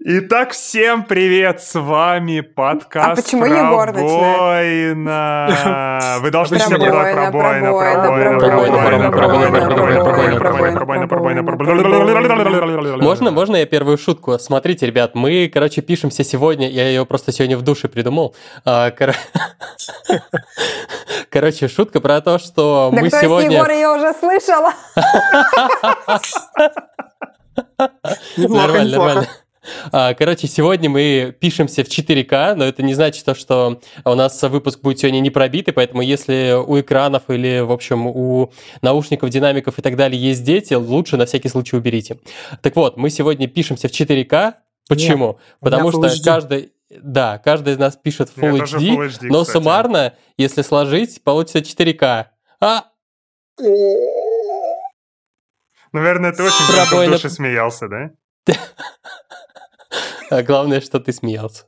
Итак, всем привет, с вами подкаст почему Егор начинает? «Пробоина». Вы должны все Пробоина, давать «Пробоина». Можно я первую шутку? Смотрите, ребят, мы, пишемся сегодня, я ее просто сегодня в душе придумал. Шутка про то, что мы сегодня... Егор ее уже слышал. Нормально. Сегодня мы пишемся в 4К, но это не значит, что у нас выпуск будет сегодня не пробитый, поэтому если у экранов или, в общем, у наушников, динамиков и так далее есть дети, лучше на всякий случай уберите. Так вот, мы сегодня пишемся в 4К. Почему? Нет, потому что каждый из нас пишет в Full HD, но кстати, суммарно, если сложить, получится 4К. Наверное, ты очень громко в душе смеялся, да? Главное, что ты смеялся.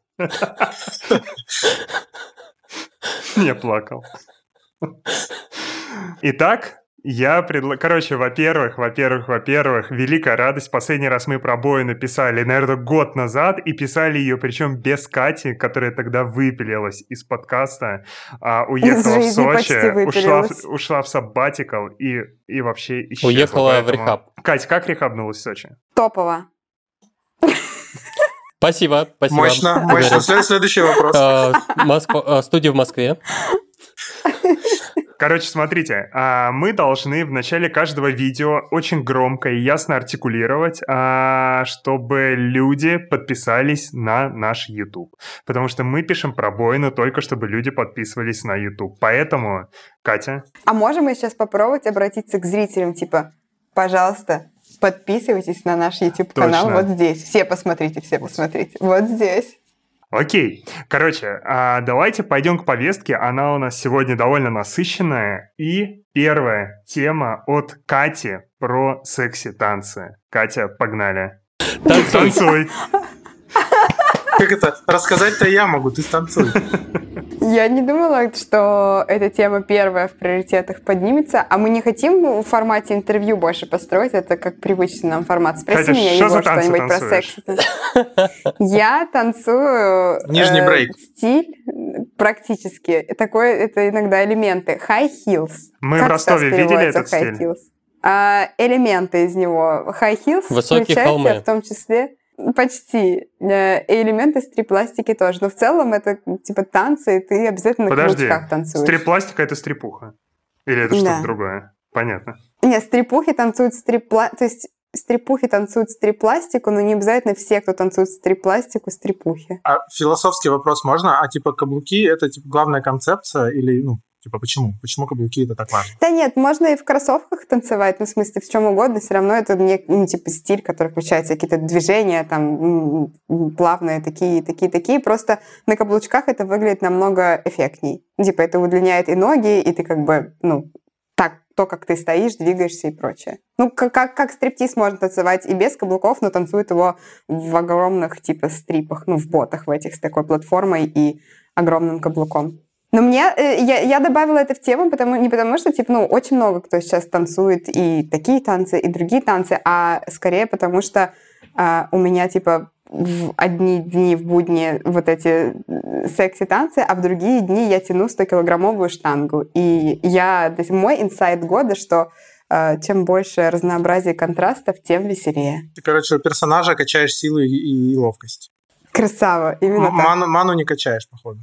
Не плакал. Итак, я предлагаю... Во-первых, великая радость. Последний раз мы «Пробоину» писали, наверное, год назад, и писали ее, причем без Кати, которая тогда выпилилась из подкаста, уехала в Сочи, ушла в саббатикал и вообще исчезла. Уехала в рехаб. Кать, как рехабнулась в Сочи? Топово. Спасибо. Мощно. Следующий вопрос. Студия в Москве. Смотрите, мы должны в начале каждого видео очень громко и ясно артикулировать, чтобы люди подписались на наш YouTube. Потому что мы пишем «Пробоину» только чтобы люди подписывались на YouTube. Поэтому, Катя... А можем мы сейчас попробовать обратиться к зрителям, пожалуйста, подписывайтесь на наш YouTube-канал вот здесь. Все посмотрите. Вот здесь. Окей. Давайте пойдем к повестке. Она у нас сегодня довольно насыщенная. И первая тема от Кати про секси-танцы. Катя, погнали. Танцуй. Как это? Рассказать-то я могу, ты станцуй. Я не думала, что эта тема первая в приоритетах поднимется, а мы не хотим в формате интервью больше построить, это как привычный нам формат. Спроси меня, Егор, что-нибудь про секс. Я танцую... Нижний брейк. Стиль практически. Это иногда элементы. High heels. Мы в Ростове видели этот стиль. Элементы из него. High heels включаются в том числе... Почти. И элементы стрип-пластики тоже. Но в целом это танцы, и ты обязательно на каблучках танцуешь. Стрип-пластика — это стрипуха? Или это что-то другое? Понятно. Нет, стрипухи танцуют то есть стрипухи танцуют стрип-пластику, но не обязательно все, кто танцует стрип-пластику, стрипухи. А философский вопрос можно? каблуки — это главная концепция или, почему? Почему каблуки — это так важно? Да нет, можно и в кроссовках танцевать, в смысле, в чем угодно, все равно это стиль, который включает какие-то движения, плавные, такие, просто на каблучках это выглядит намного эффектней. Это удлиняет и ноги, и ты как ты стоишь, двигаешься и прочее. Как стриптиз можно танцевать и без каблуков, но танцует его в огромных стрипах, в ботах в этих с такой платформой и огромным каблуком. Но я добавила это в тему, не потому что, очень много кто сейчас танцует и такие танцы, и другие танцы, а скорее потому что у меня, в одни дни в будни вот эти секси-танцы, а в другие дни я тяну 100-килограммовую штангу. И мой инсайт года, что чем больше разнообразия контрастов, тем веселее. Ты, у персонажа качаешь силу и ловкость. Красава, именно так. Ману не качаешь, походу.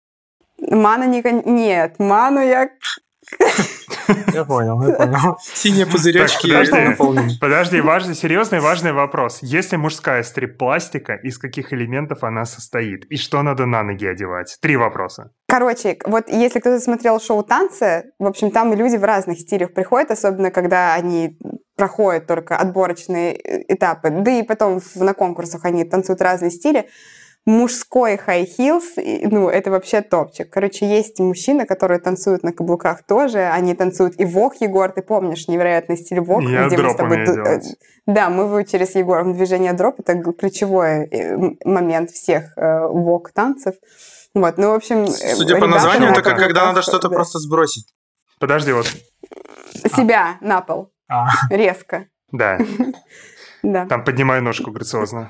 Нет, ману я... Я понял. Синие пузыречки наполнены. Подожди, серьезный важный вопрос. Если мужская стрип-пластика, из каких элементов она состоит? И что надо на ноги одевать? 3 вопроса. Вот если кто-то смотрел шоу «Танцы», в общем, там люди в разных стилях приходят, особенно когда они проходят только отборочные этапы, да и потом на конкурсах они танцуют разные стили. Мужской high heels, это вообще топчик. Есть мужчины, которые танцуют на каблуках тоже. Они танцуют и вог, Егор, ты помнишь невероятный стиль вог? Я где дроп мы с тобой... умею делать. Да, мы выучили с Егором движение дроп. Это ключевой момент всех вог-танцев. В общем... Судя по названию, это когда надо что-то просто сбросить. Подожди, Себя на пол. Резко. Да. Да. Там поднимай ножку грациозно.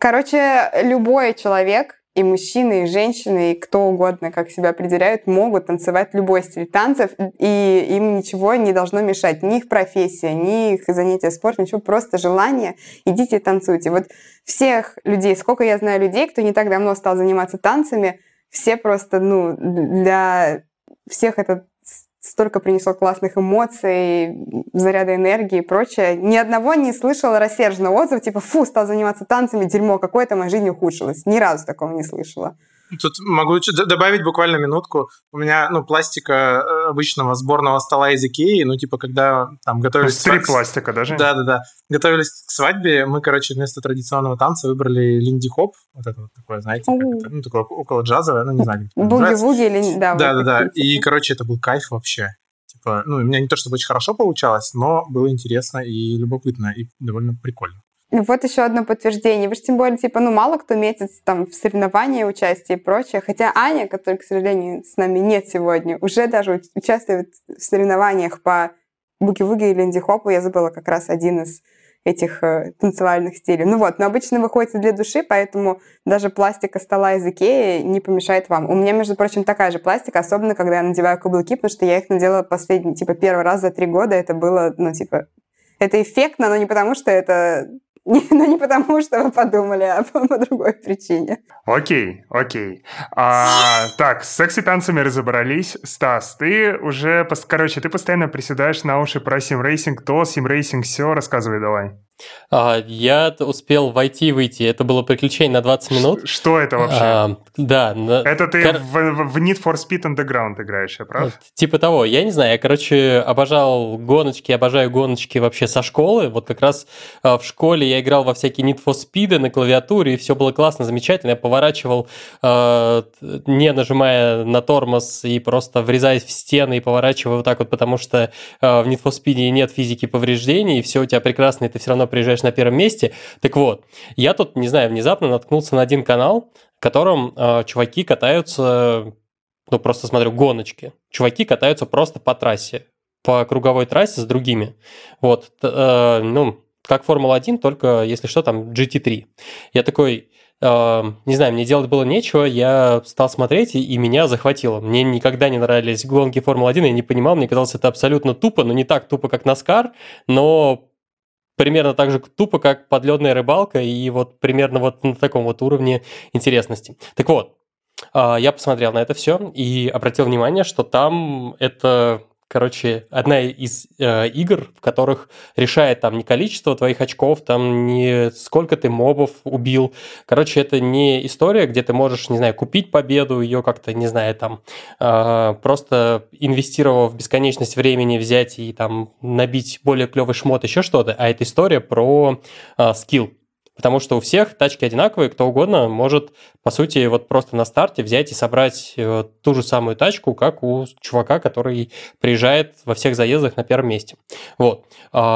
Короче, любой человек, и мужчины, и женщины, и кто угодно, как себя определяют, могут танцевать любой стиль танцев, и им ничего не должно мешать. Ни их профессия, ни их занятия спортом, ничего, просто желание. Идите и танцуйте. Вот всех людей, сколько я знаю людей, кто не так давно стал заниматься танцами, все просто, для всех это столько принесло классных эмоций, заряда энергии и прочее. Ни одного не слышала рассерженного отзыва, типа, фу, стал заниматься танцами, дерьмо, какое-то моя жизнь ухудшилась. Ни разу такого не слышала. Тут могу добавить буквально минутку. У меня, пластика обычного сборного стола из Икеи, когда там готовились... Стрип-пластика даже? Да. Готовились к свадьбе, мы, вместо традиционного танца выбрали линди-хоп, вот это вот такое, знаете, как это, такое около джазовое, не знаю, как это называется. Буги-вуги или... Да. И, это был кайф вообще. У меня не то чтобы очень хорошо получалось, но было интересно и любопытно, и довольно прикольно. Вот еще одно подтверждение. Вы же тем более, мало кто метит там в соревнования, участие и прочее. Хотя Аня, которой, к сожалению, с нами нет сегодня, уже даже участвует в соревнованиях по буги-вуги и линди-хопу. Я забыла как раз один из этих танцевальных стилей. Но обычно выходит для души, поэтому даже пластика стола из Икеи не помешает вам. У меня, между прочим, такая же пластика, особенно когда я надеваю каблуки, потому что я их надела первый раз за 3 года. Это было, это эффектно, но не потому, что это... не потому, что вы подумали, а по другой причине. Окей. Так, с секси-танцами разобрались. Стас, ты уже... ты постоянно приседаешь на уши про симрейсинг, симрейсинг, все. Рассказывай давай. Я успел войти и выйти. Это было приключение на 20 минут. Что это вообще? Да. Это ты в Need for Speed Underground играешь, я прав? Типа того. Я не знаю, я, обожаю гоночки вообще со школы. Вот как раз в школе я играл во всякие Need for Speed на клавиатуре, и все было классно, замечательно. Я поворачивал, не нажимая на тормоз и просто врезаясь в стены и поворачивая вот так вот, потому что в Need for Speed нет физики повреждений, и все у тебя прекрасно, и ты все равно приезжаешь на первом месте. Так вот, я тут, не знаю, внезапно наткнулся на один канал, в котором чуваки катаются, просто смотрю, гоночки. Чуваки катаются просто по трассе, по круговой трассе с другими. Вот, как Формула-1, только, если что, там GT3. Я такой... не знаю, мне делать было нечего, я стал смотреть, и меня захватило. Мне никогда не нравились гонки Формулы-1, я не понимал, мне казалось, это абсолютно тупо, но не так тупо, как NASCAR, но примерно так же тупо, как подледная рыбалка, и примерно на таком уровне интересности. Так вот, я посмотрел на это все и обратил внимание, что там это... одна из игр, в которых решает там не количество твоих очков, там не сколько ты мобов убил. Это не история, где ты можешь, не знаю, купить победу, ее как-то, не знаю, там просто инвестировав в бесконечность времени, взять и там набить более клевый шмот, еще что-то, а это история про скилл. Потому что у всех тачки одинаковые, кто угодно может, по сути, просто на старте взять и собрать ту же самую тачку, как у чувака, который приезжает во всех заездах на первом месте. Вот.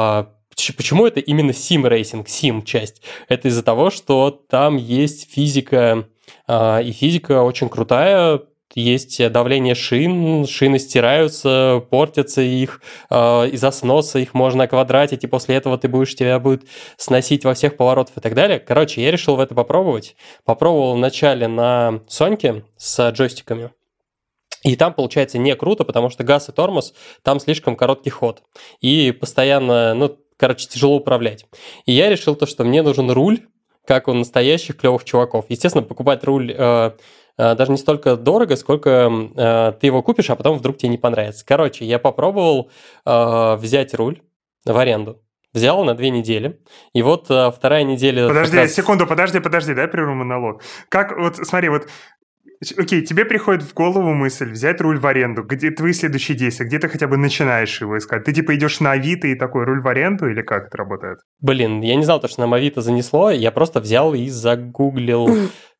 Почему это именно сим-рейсинг, сим-часть? Это из-за того, что там есть физика, и физика очень крутая. Есть давление шины стираются, портятся их, из-за сноса их можно квадратить, и после этого тебя будет сносить во всех поворотах и так далее. Я решил в это попробовать. Попробовал вначале на Соньке с джойстиками. И там получается не круто, потому что газ и тормоз, там слишком короткий ход. И постоянно, тяжело управлять. И я решил что мне нужен руль, как у настоящих клевых чуваков. Естественно, покупать руль... даже не столько дорого, сколько ты его купишь, а потом вдруг тебе не понравится. Я попробовал взять руль в аренду. Взял на 2 недели. И вторая неделя... Секунду, подожди, дай прерву монолог. Смотри, окей, тебе приходит в голову мысль взять руль в аренду. Где твои следующие действия? Где ты хотя бы начинаешь его искать? Ты идешь на Авито и такой руль в аренду, или как это работает? Я не знал, что на Авито занесло. Я просто взял и загуглил...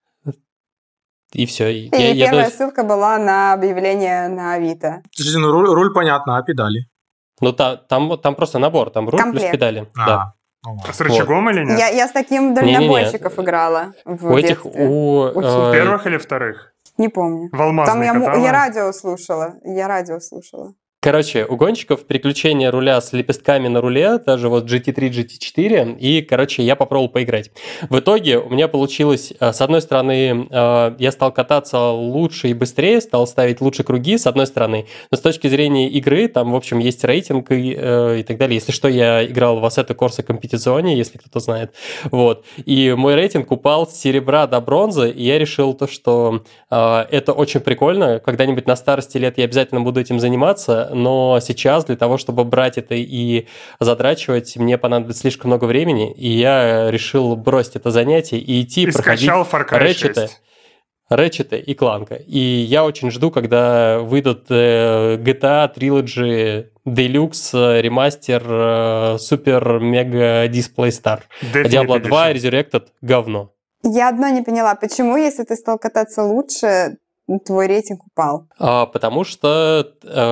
И все. И первая ссылка была на объявление на Авито. Слушайте, руль понятно, а педали? Там просто набор, там руль комплект. плюс педали. Да. С рычагом или нет? Я с таким дальнобойщиков играла в детстве. Первых или вторых? Не помню. В алмазной Там катала? я радио слушала. Короче, у гонщиков приключение руля с лепестками на руле, даже вот GT3, GT4, и, короче, я попробовал поиграть. В итоге у меня получилось, с одной стороны, я стал кататься лучше и быстрее, стал ставить лучше круги, с одной стороны, но с точки зрения игры, там, в общем, есть рейтинг и так далее. Если что, я играл в Assetto Corsa Competizione, если кто-то знает, вот, и мой рейтинг упал с серебра до бронзы, и я решил то, что это очень прикольно, когда-нибудь на старости лет я обязательно буду этим заниматься, но сейчас для того, чтобы брать это и задрачивать, мне понадобится слишком много времени, и я решил бросить это занятие и идти и проходить Рэчета и Кланка. И я очень жду, когда выйдут GTA Trilogy Deluxe, ремастер, Super Mega Display Star. Diablo 2 Resurrected — говно. Я одно не поняла, почему, если ты стал кататься лучше, твой рейтинг упал? Потому что...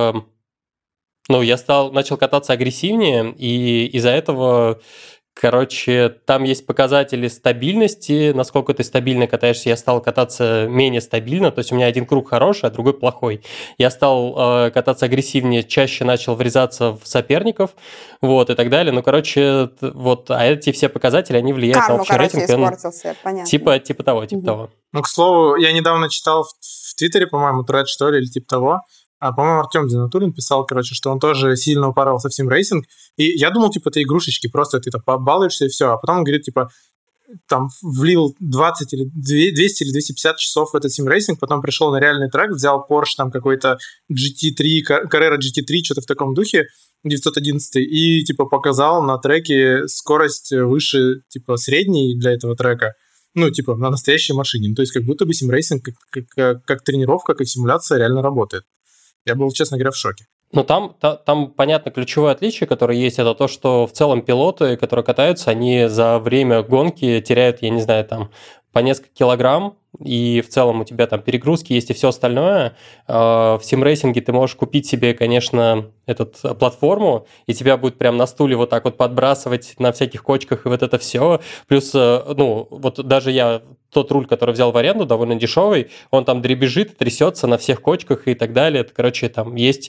я начал кататься агрессивнее, и из-за этого, короче, там есть показатели стабильности, насколько ты стабильно катаешься. Я стал кататься менее стабильно, то есть у меня один круг хороший, а другой плохой. Я стал кататься агрессивнее, чаще начал врезаться в соперников, вот, и так далее. А эти все показатели, они влияют на общий рейтинг. Испортился, понятно. Типа того. Ну, к слову, я недавно читал в Твиттере, по-моему, тред, что ли, или типа того, по-моему, Артем Зинатуллин писал, что он тоже сильно упарывался в сим-рейсинг. И я думал, это игрушечки, просто ты побалуешься и все. А потом он говорит, там влил 20 или 200 или 250 часов в этот сим-рейсинг, потом пришел на реальный трек, взял Porsche, там какой-то GT3, Carrera GT3, что-то в таком духе, 911, и, показал на треке скорость выше, средней для этого трека. На настоящей машине. То есть, как будто бы сим-рейсинг как тренировка, как симуляция реально работает. Я был, честно говоря, в шоке. Там, понятно, ключевое отличие, которое есть, это то, что в целом пилоты, которые катаются, они за время гонки теряют, я не знаю, там по несколько килограмм, и в целом у тебя там перегрузки есть и все остальное. В симрейсинге ты можешь купить себе, конечно, платформу, и тебя будет прям на стуле вот так вот подбрасывать на всяких кочках и вот это все. Плюс, даже я тот руль, который взял в аренду, довольно дешевый, он там дребезжит, трясется на всех кочках и так далее. Это, там есть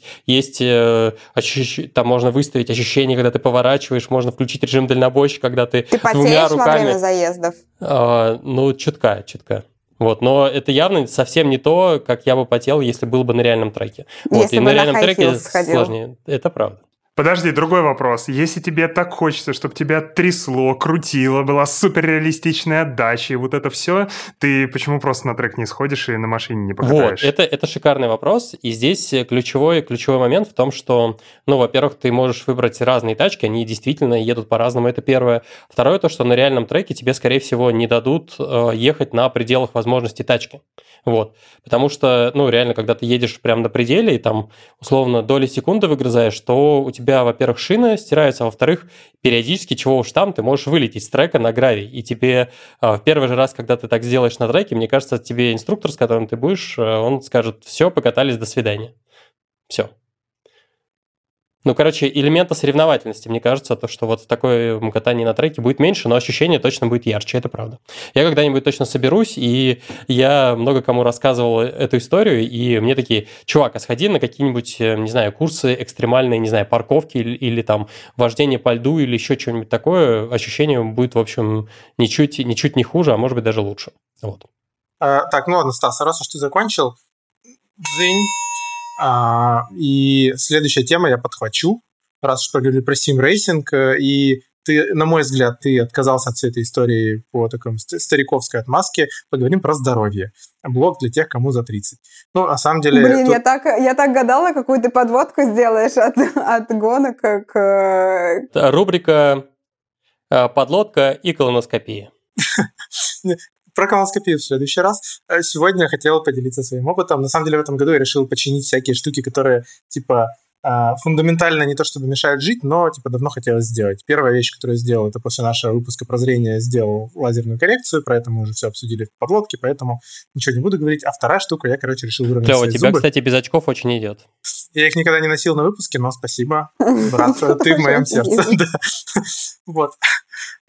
там можно выставить ощущение, когда ты поворачиваешь, можно включить режим дальнобойщика, когда ты двумя руками... во время заездов? Чутка. Вот, но это явно совсем не то, как я бы потел, если был бы на реальном треке. Если и бы на реальном треке сходил. сложнее. Это правда. Подожди, другой вопрос. Если тебе так хочется, чтобы тебя трясло, крутило, была суперреалистичная отдача, и вот это все, ты почему просто на трек не сходишь и на машине не покатаешь? Вот, это шикарный вопрос. И здесь ключевой момент в том, что, во-первых, ты можешь выбрать разные тачки, они действительно едут по-разному, это первое. Второе, то, что на реальном треке тебе, скорее всего, не дадут ехать на пределах возможностей тачки. Вот. Потому что, реально, когда ты едешь прямо на пределе и там, условно, доли секунды выгрызаешь, то у тебя, во-первых, шина стирается, а во-вторых, периодически, чего уж там, ты можешь вылететь с трека на гравий. И тебе в первый же раз, когда ты так сделаешь на треке, мне кажется, тебе инструктор, с которым ты будешь, он скажет: все, покатались, до свидания. Все. Элемента соревновательности, мне кажется, то, что вот в такой катании на треке будет меньше, но ощущение точно будет ярче, это правда. Я когда-нибудь точно соберусь, и я много кому рассказывал эту историю, и мне такие: чувак, а сходи на какие-нибудь, не знаю, курсы экстремальные, не знаю, парковки или там вождение по льду или еще что-нибудь такое, ощущение будет, в общем, ничуть не хуже, а может быть даже лучше. Вот. Так, ладно, Стас, раз уж ты закончил, дзынь. И следующая тема я подхвачу, раз уж поговорили про сим-рейсинг, и ты, на мой взгляд, ты отказался от всей этой истории по такой стариковской отмазке, поговорим про здоровье. Блог для тех, кому за 30. На самом деле... Блин, я так гадала, какую ты подводку сделаешь от гонок к... Рубрика «Подлодка и колоноскопия». Про колоноскопию в следующий раз. Сегодня я хотел поделиться своим опытом. На самом деле в этом году я решил починить всякие штуки, которые фундаментально не то чтобы мешают жить, но давно хотелось сделать. Первая вещь, которую я сделал, это после нашего выпуска про зрение сделал лазерную коррекцию, про это мы уже все обсудили в подлодке, поэтому ничего не буду говорить. А вторая штука, я, решил выровнять свои зубы. Тебя, кстати, без очков очень идет. Я их никогда не носил на выпуске, но спасибо, брат, ты в моем сердце. Вот.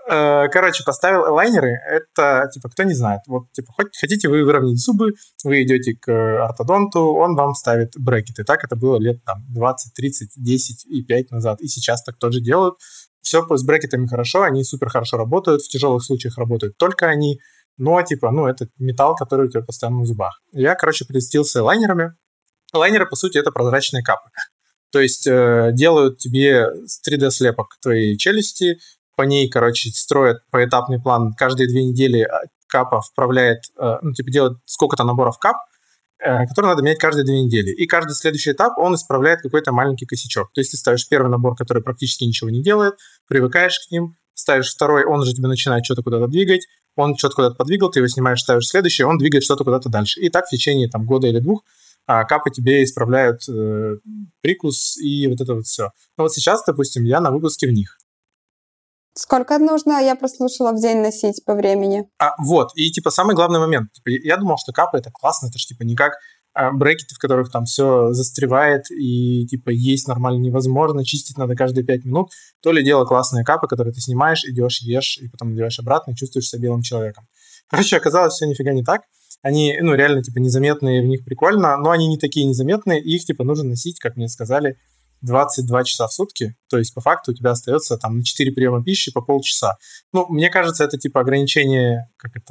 Короче, поставил элайнеры. Это, типа, кто не знает. Вот, типа, хотите вы выровнять зубы, вы идете к ортодонту, он вам ставит брекеты. Так это было лет там 20, 30, 10 и 5 назад. И сейчас так тоже делают. Все с брекетами хорошо, они супер хорошо работают. В тяжелых случаях работают только они. Но, типа, это металл, который у тебя постоянно в зубах. Я, короче, прелестился элайнерами. Элайнеры, по сути, это прозрачные капы. То есть делают тебе 3D-слепок твоей челюсти, по ней, короче, строят поэтапный план. Каждые 2 недели капа вправляет, делает сколько-то наборов кап, которые надо менять каждые 2 недели. И каждый следующий этап, он исправляет какой-то маленький косячок. То есть ты ставишь первый набор, который практически ничего не делает, привыкаешь к ним, ставишь второй, он уже тебе начинает что-то куда-то двигать, он что-то куда-то подвигал, ты его снимаешь, ставишь следующий, он двигает что-то куда-то дальше. И так в течение года или 2 капы тебе исправляют прикус и вот это вот все. Но вот сейчас, допустим, я на выпуске в них. Сколько нужно, я прослушала, в день носить по времени? Вот, и, типа, самый главный момент. Типа, я думал, что капы — это классно, это же, типа, не как брекеты, в которых там все застревает и, типа, есть нормально невозможно, чистить надо каждые 5 минут. То ли дело классные капы, которые ты снимаешь, идешь, ешь, и потом надеваешь обратно, и чувствуешь себя белым человеком. Короче, оказалось, все нифига не так. Они, реально, типа, незаметные, в них прикольно, но они не такие незаметные, и их, типа, нужно носить, как мне сказали, 22 часа в сутки, то есть по факту у тебя остается там на 4 приема пищи по полчаса. Мне кажется, это типа ограничение,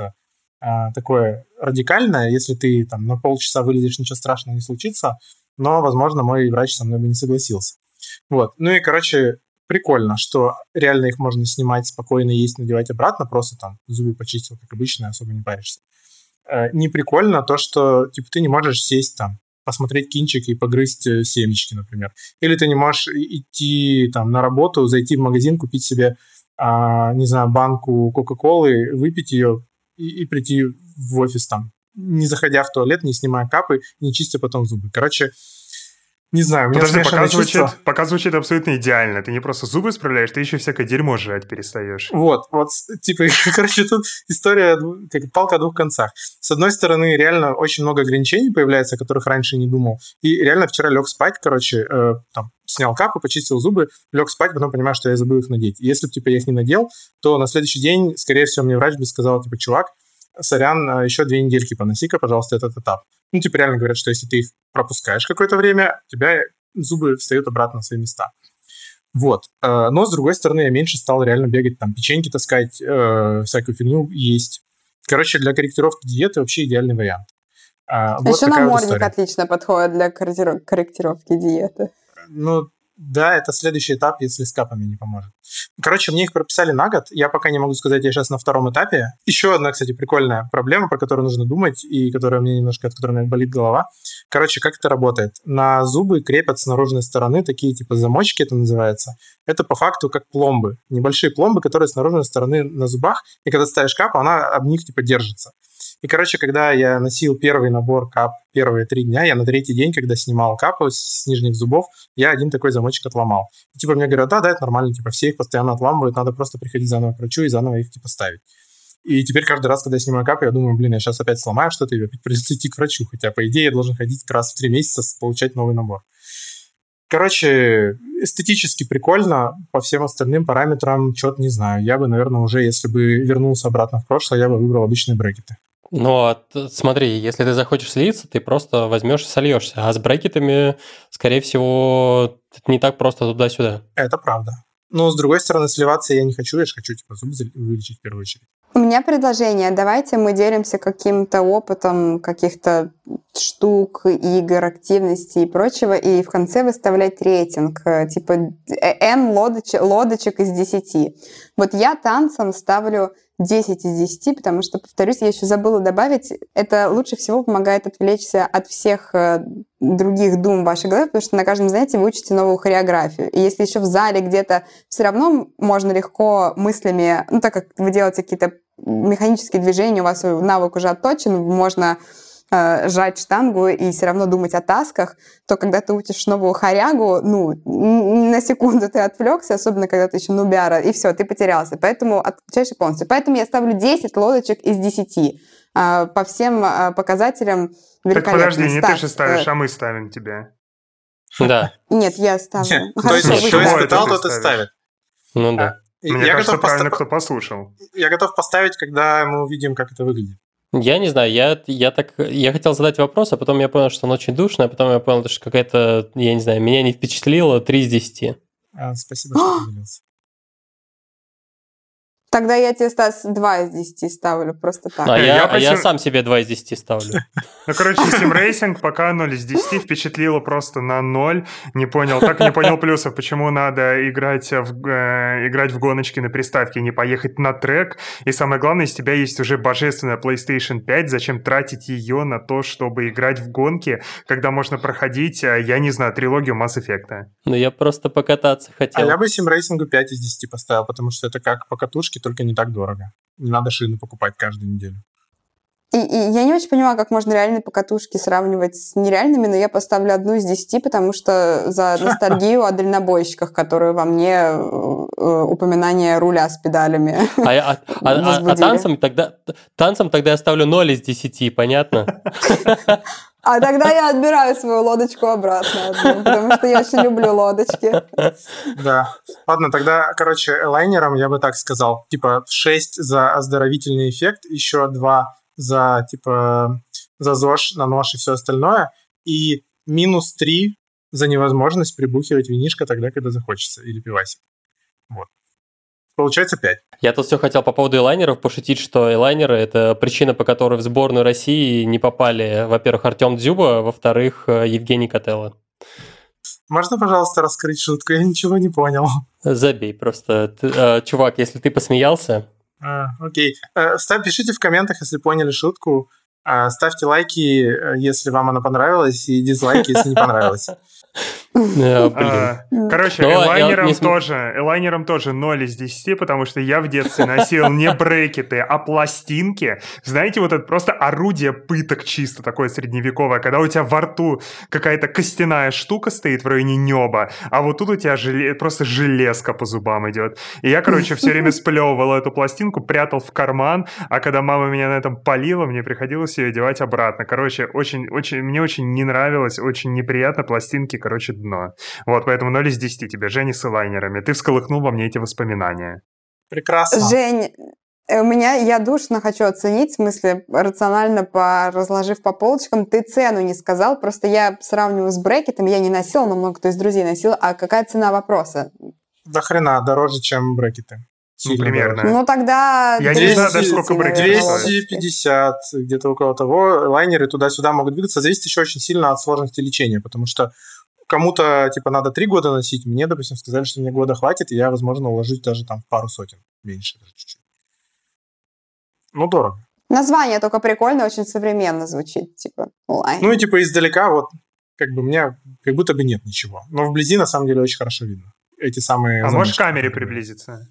такое радикальное, если ты там на полчаса вылезешь, ничего страшного не случится, но, возможно, мой врач со мной бы не согласился. Вот, и, короче, прикольно, что реально их можно снимать, спокойно есть, надевать обратно, просто там зубы почистил, как обычно, особо не паришься. Не прикольно то, что типа ты не можешь сесть там, посмотреть кинчик и погрызть семечки, например. Или ты не можешь идти там на работу, зайти в магазин, купить себе, не знаю, банку Кока-Колы, выпить ее и прийти в офис там, не заходя в туалет, не снимая капы, не чистя потом зубы. Короче, не знаю, у меня смешанные чувства. Пока звучит абсолютно идеально. Ты не просто зубы исправляешь, ты еще всякое дерьмо жрать перестаешь. Вот, типа, короче, тут история как палка о 2 концах. С одной стороны, реально очень много ограничений появляется, о которых раньше не думал. И реально вчера лег спать, короче, снял капы, почистил зубы, лег спать, потом понимаю, что я забыл их надеть. И если бы, типа, я их не надел, то на следующий день, скорее всего, мне врач бы сказал, типа, чувак, сорян, еще 2 недельки поноси-ка, пожалуйста, этот этап. Типа реально говорят, что если ты их пропускаешь какое-то время, у тебя зубы встают обратно на свои места. Вот. Но, с другой стороны, я меньше стал реально бегать, там, печеньки таскать, всякую фигню есть. Короче, для корректировки диеты вообще идеальный вариант. Вот еще намордник отлично подходит для корректировки диеты. Да, это следующий этап, если с капами не поможет. Короче, мне их прописали на год. Я пока не могу сказать, я сейчас на 2-м этапе. Еще одна, кстати, прикольная проблема, про которую нужно думать, и от которой мне болит голова. Короче, как это работает? На зубы крепят с наружной стороны такие типа замочки, это называется. Это по факту как пломбы. Небольшие пломбы, которые с наружной стороны на зубах. И когда ставишь капу, она об них типа держится. И, короче, когда я носил первый набор кап первые 3 дня, я на 3-й день, когда снимал капу с нижних зубов, я один такой замочек отломал. И, типа, мне говорят, да, это нормально, типа, все их постоянно отламывают, надо просто приходить заново к врачу и заново их, типа, ставить. И теперь каждый раз, когда я снимаю капы, я думаю, я сейчас опять сломаю что-то, и опять придется идти к врачу. Хотя, по идее, я должен ходить раз в 3 месяца, получать новый набор. Короче, эстетически прикольно, по всем остальным параметрам что-то не знаю. Я бы, наверное, уже, если бы вернулся обратно в прошлое, я бы выбрал обычные брекеты. Смотри, если ты захочешь слиться, ты просто возьмешь и сольешься. А с брекетами, скорее всего, это не так просто туда-сюда. Это правда. Но, с другой стороны, сливаться я не хочу. Я же хочу, типа, зубы вылечить в первую очередь. У меня предложение. Давайте мы делимся каким-то опытом каких-то штук, игр, активностей и прочего, и в конце выставлять рейтинг, типа N лодочек из 10. Вот я танцам ставлю 10 из 10, потому что, повторюсь, я еще забыла добавить, это лучше всего помогает отвлечься от всех других дум в вашей голове, потому что на каждом занятии вы учите новую хореографию. И если еще в зале где-то все равно можно легко мыслями, так как вы делаете какие-то механические движения, у вас навык уже отточен, можно сжать штангу и все равно думать о тасках, то когда ты учишь новую хорягу, на секунду ты отвлекся, особенно когда ты еще нубяра, и все, ты потерялся. Поэтому отключаешься полностью. Поэтому я ставлю 10 лодочек из 10. По всем показателям великолепно. Так подожди, не ты же ставишь, а мы ставим тебя. Да. Нет, я ставлю. То есть, кто испытал, тот и ставит. Да. Мне кажется, правильно, кто послушал. Я готов поставить, когда мы увидим, как это выглядит. Я не знаю, я хотел задать вопрос, а потом я понял, что он очень душный, а потом я понял, что какая-то, я не знаю, меня не впечатлило 3 из 10. Спасибо, что поделился. Тогда я тебе, Стас, 2 из 10 ставлю, просто так. Я сам себе 2 из 10 ставлю. Ну, короче, SimRacing пока 0 из 10 впечатлило просто на 0. Не понял плюсов, почему надо играть в гоночки на приставке, не поехать на трек. И самое главное, если у тебя есть уже божественная PlayStation 5, зачем тратить ее на то, чтобы играть в гонки, когда можно проходить, я не знаю, трилогию Mass Effect? Ну, я просто покататься хотел. А я бы SimRacing 5 из 10 поставил, потому что это как покатушки, только не так дорого. Не надо шины покупать каждую неделю. И я не очень понимаю, как можно реальные покатушки сравнивать с нереальными, но я поставлю 1 из 10, потому что за ностальгию о дальнобойщиках, которые во мне упоминание руля с педалями танцам тогда я ставлю 0 из 10, понятно? А тогда я отбираю свою лодочку обратно, потому что я очень люблю лодочки. Да. Ладно, тогда, лайнером я бы так сказал. 6 за оздоровительный эффект, еще 2 за ЗОЖ, на нож и все остальное, и минус 3 за невозможность прибухивать винишко тогда, когда захочется, или пивасик. Вот. Получается 5. Я тут все хотел по поводу элайнеров пошутить, что элайнеры — это причина, по которой в сборную России не попали, во-первых, Артем Дзюба, во-вторых, Евгений Котелло. Можно, пожалуйста, раскрыть шутку? Я ничего не понял. Забей просто. Чувак, если ты посмеялся... Окей. Пишите в комментах, если поняли шутку. Ставьте лайки, если вам она понравилась, и дизлайки, если не понравилось. Короче, элайнером тоже 0 из 10, потому что я в детстве носил не брекеты, а пластинки. Знаете, вот это просто орудие пыток чисто такое средневековое, когда у тебя во рту какая-то костяная штука стоит в районе неба, а вот тут у тебя просто железка по зубам идет. И я, все время сплевывал эту пластинку, прятал в карман, а когда мама меня на этом палила, мне приходилось ее одевать обратно. Мне очень не нравилось, очень неприятно пластинки, дно. Вот, поэтому 0 из 10 тебе, Женя, с элайнерами. Ты всколыхнул во мне эти воспоминания. Прекрасно. Жень, я душно хочу оценить, в смысле, рационально разложив по полочкам. Ты цену не сказал, просто я сравниваю с брекетом, я не носила, но много кто из друзей носил. А какая цена вопроса? До хрена, дороже, чем брекеты. Примерно. Ну, тогда... Я не знаю, даже сколько брекетов. 250, где-то около того. Лайнеры туда-сюда могут двигаться. Зависит еще очень сильно от сложности лечения, потому что кому-то, надо 3 года носить. Мне, допустим, сказали, что мне года хватит, и я, возможно, уложусь даже в пару сотен. Меньше даже чуть-чуть. Ну, дорого. Название только прикольно, очень современно звучит, лайн. Ну, и издалека мне как будто бы нет ничего. Но вблизи, на самом деле, очень хорошо видно. Эти самые... А можешь к камере приблизиться?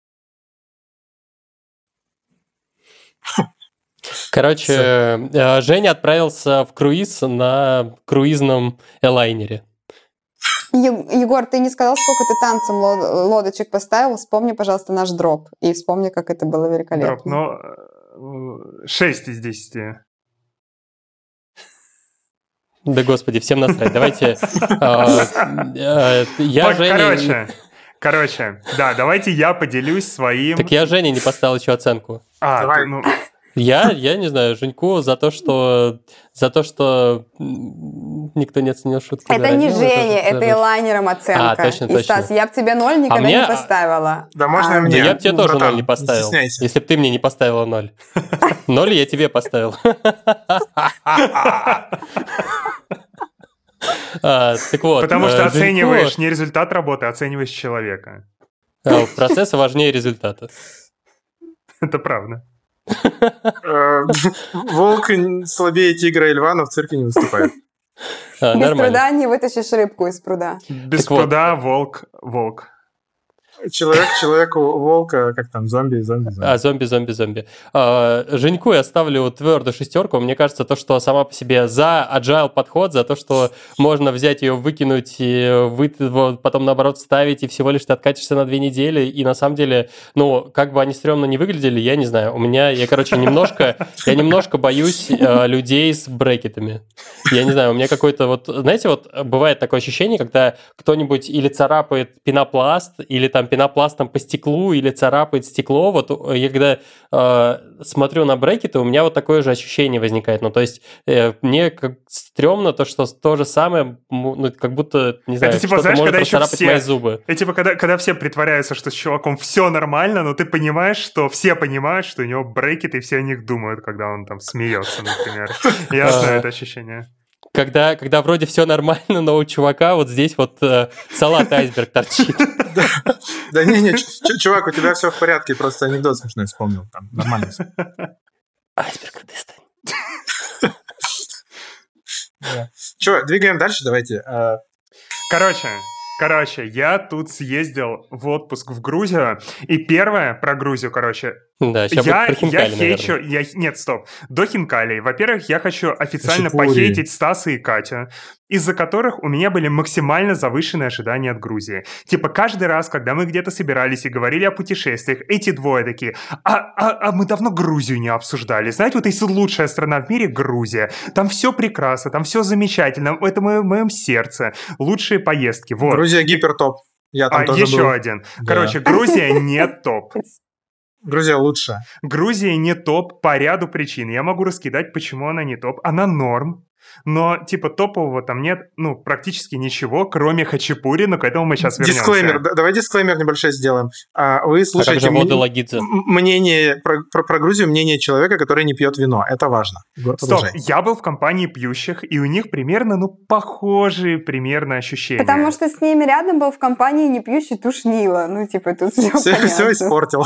Женя отправился в круиз на круизном элайнере. Егор, ты не сказал, сколько ты танцем лодочек поставил? Вспомни, пожалуйста, наш дроп. И вспомни, как это было великолепно. 6 из 10. Да господи, всем насрать. Давайте... Давайте я поделюсь своим... Так я Жене не поставил еще оценку. Давай. Я не знаю, Женьку за то, что никто не оценил шутки. Это не Женя, это элайнером оценка. Точно. Стас, я бы тебе 0 никогда не поставила. Да можно мне? Я бы тебе тоже 0 не поставил, если бы ты мне не поставила 0. 0 я тебе поставил. Так вот. Потому что оцениваешь не результат работы, а оцениваешь человека. Процесса важнее результата. Это правда. Волк слабее тигра и льва, но в цирке не выступает. Без пруда не вытащишь рыбку из пруда. Без пруда волк. Человеку волка, как там, зомби. Зомби. Женьку я ставлю твердо 6. Мне кажется, то, что сама по себе за agile подход, за то, что можно взять ее, выкинуть, и потом, наоборот, вставить, и всего лишь ты откатишься на 2 недели. И на самом деле, как бы они стрёмно не выглядели, я не знаю. Я, немножко боюсь людей с брекетами. Я не знаю, у меня какой-то знаете, бывает такое ощущение, когда кто-нибудь или царапает пенопласт, или там там пенопластом по стеклу или царапает стекло. Вот я когда смотрю на брекеты, у меня вот такое же ощущение возникает. Ну, то есть мне как стрёмно то, что то же самое, ну, как будто, не знаю, это, типа, что-то знаешь, может когда еще расцарапать все... мои зубы. Это, типа, когда все притворяются, что с чуваком все нормально, но ты понимаешь, что все понимают, что у него брекеты, и все о них думают, когда он там смеется, например. Я знаю это ощущение. Когда вроде все нормально, но у чувака вот здесь вот салат айсберг торчит. Да не, чувак, у тебя все в порядке, просто анекдот смешной вспомнил. Там нормально всё. Айсберг достань. Че, двигаем дальше, давайте. Короче, я тут съездил в отпуск в Грузию, и первое про Грузию, Да, сейчас будет про Хинкали, хейчу... наверное. Нет, стоп. До Хинкали. Во-первых, я хочу официально Хачапури. похейтить Стаса и Катю, из-за которых у меня были максимально завышенные ожидания от Грузии. Типа каждый раз, когда мы где-то собирались и говорили о путешествиях, эти двое такие, а мы давно Грузию не обсуждали. Знаете, вот если лучшая страна в мире — Грузия. Там все прекрасно, там все замечательно, это в моем сердце. Лучшие поездки, вот. Грузия гипертоп. Я там тоже еще был. один. Да. Короче, Грузия не топ. Грузия лучше. Грузия не топ по ряду причин. Я могу раскидать, почему она не топ. Она норм. Но, типа, топового там нет, ну, практически ничего, кроме хачапури, но к этому мы сейчас вернемся. Дисклеймер. Давай дисклеймер небольшой сделаем. Вы слушаете мнение про Грузию, мнение человека, который не пьет вино. Это важно. Стоп, я был в компании пьющих, и у них примерно, похожие примерно ощущения. Потому что с ними рядом был в компании не пьющий тушнило. Ну, типа, тут все понятно. Все испортил.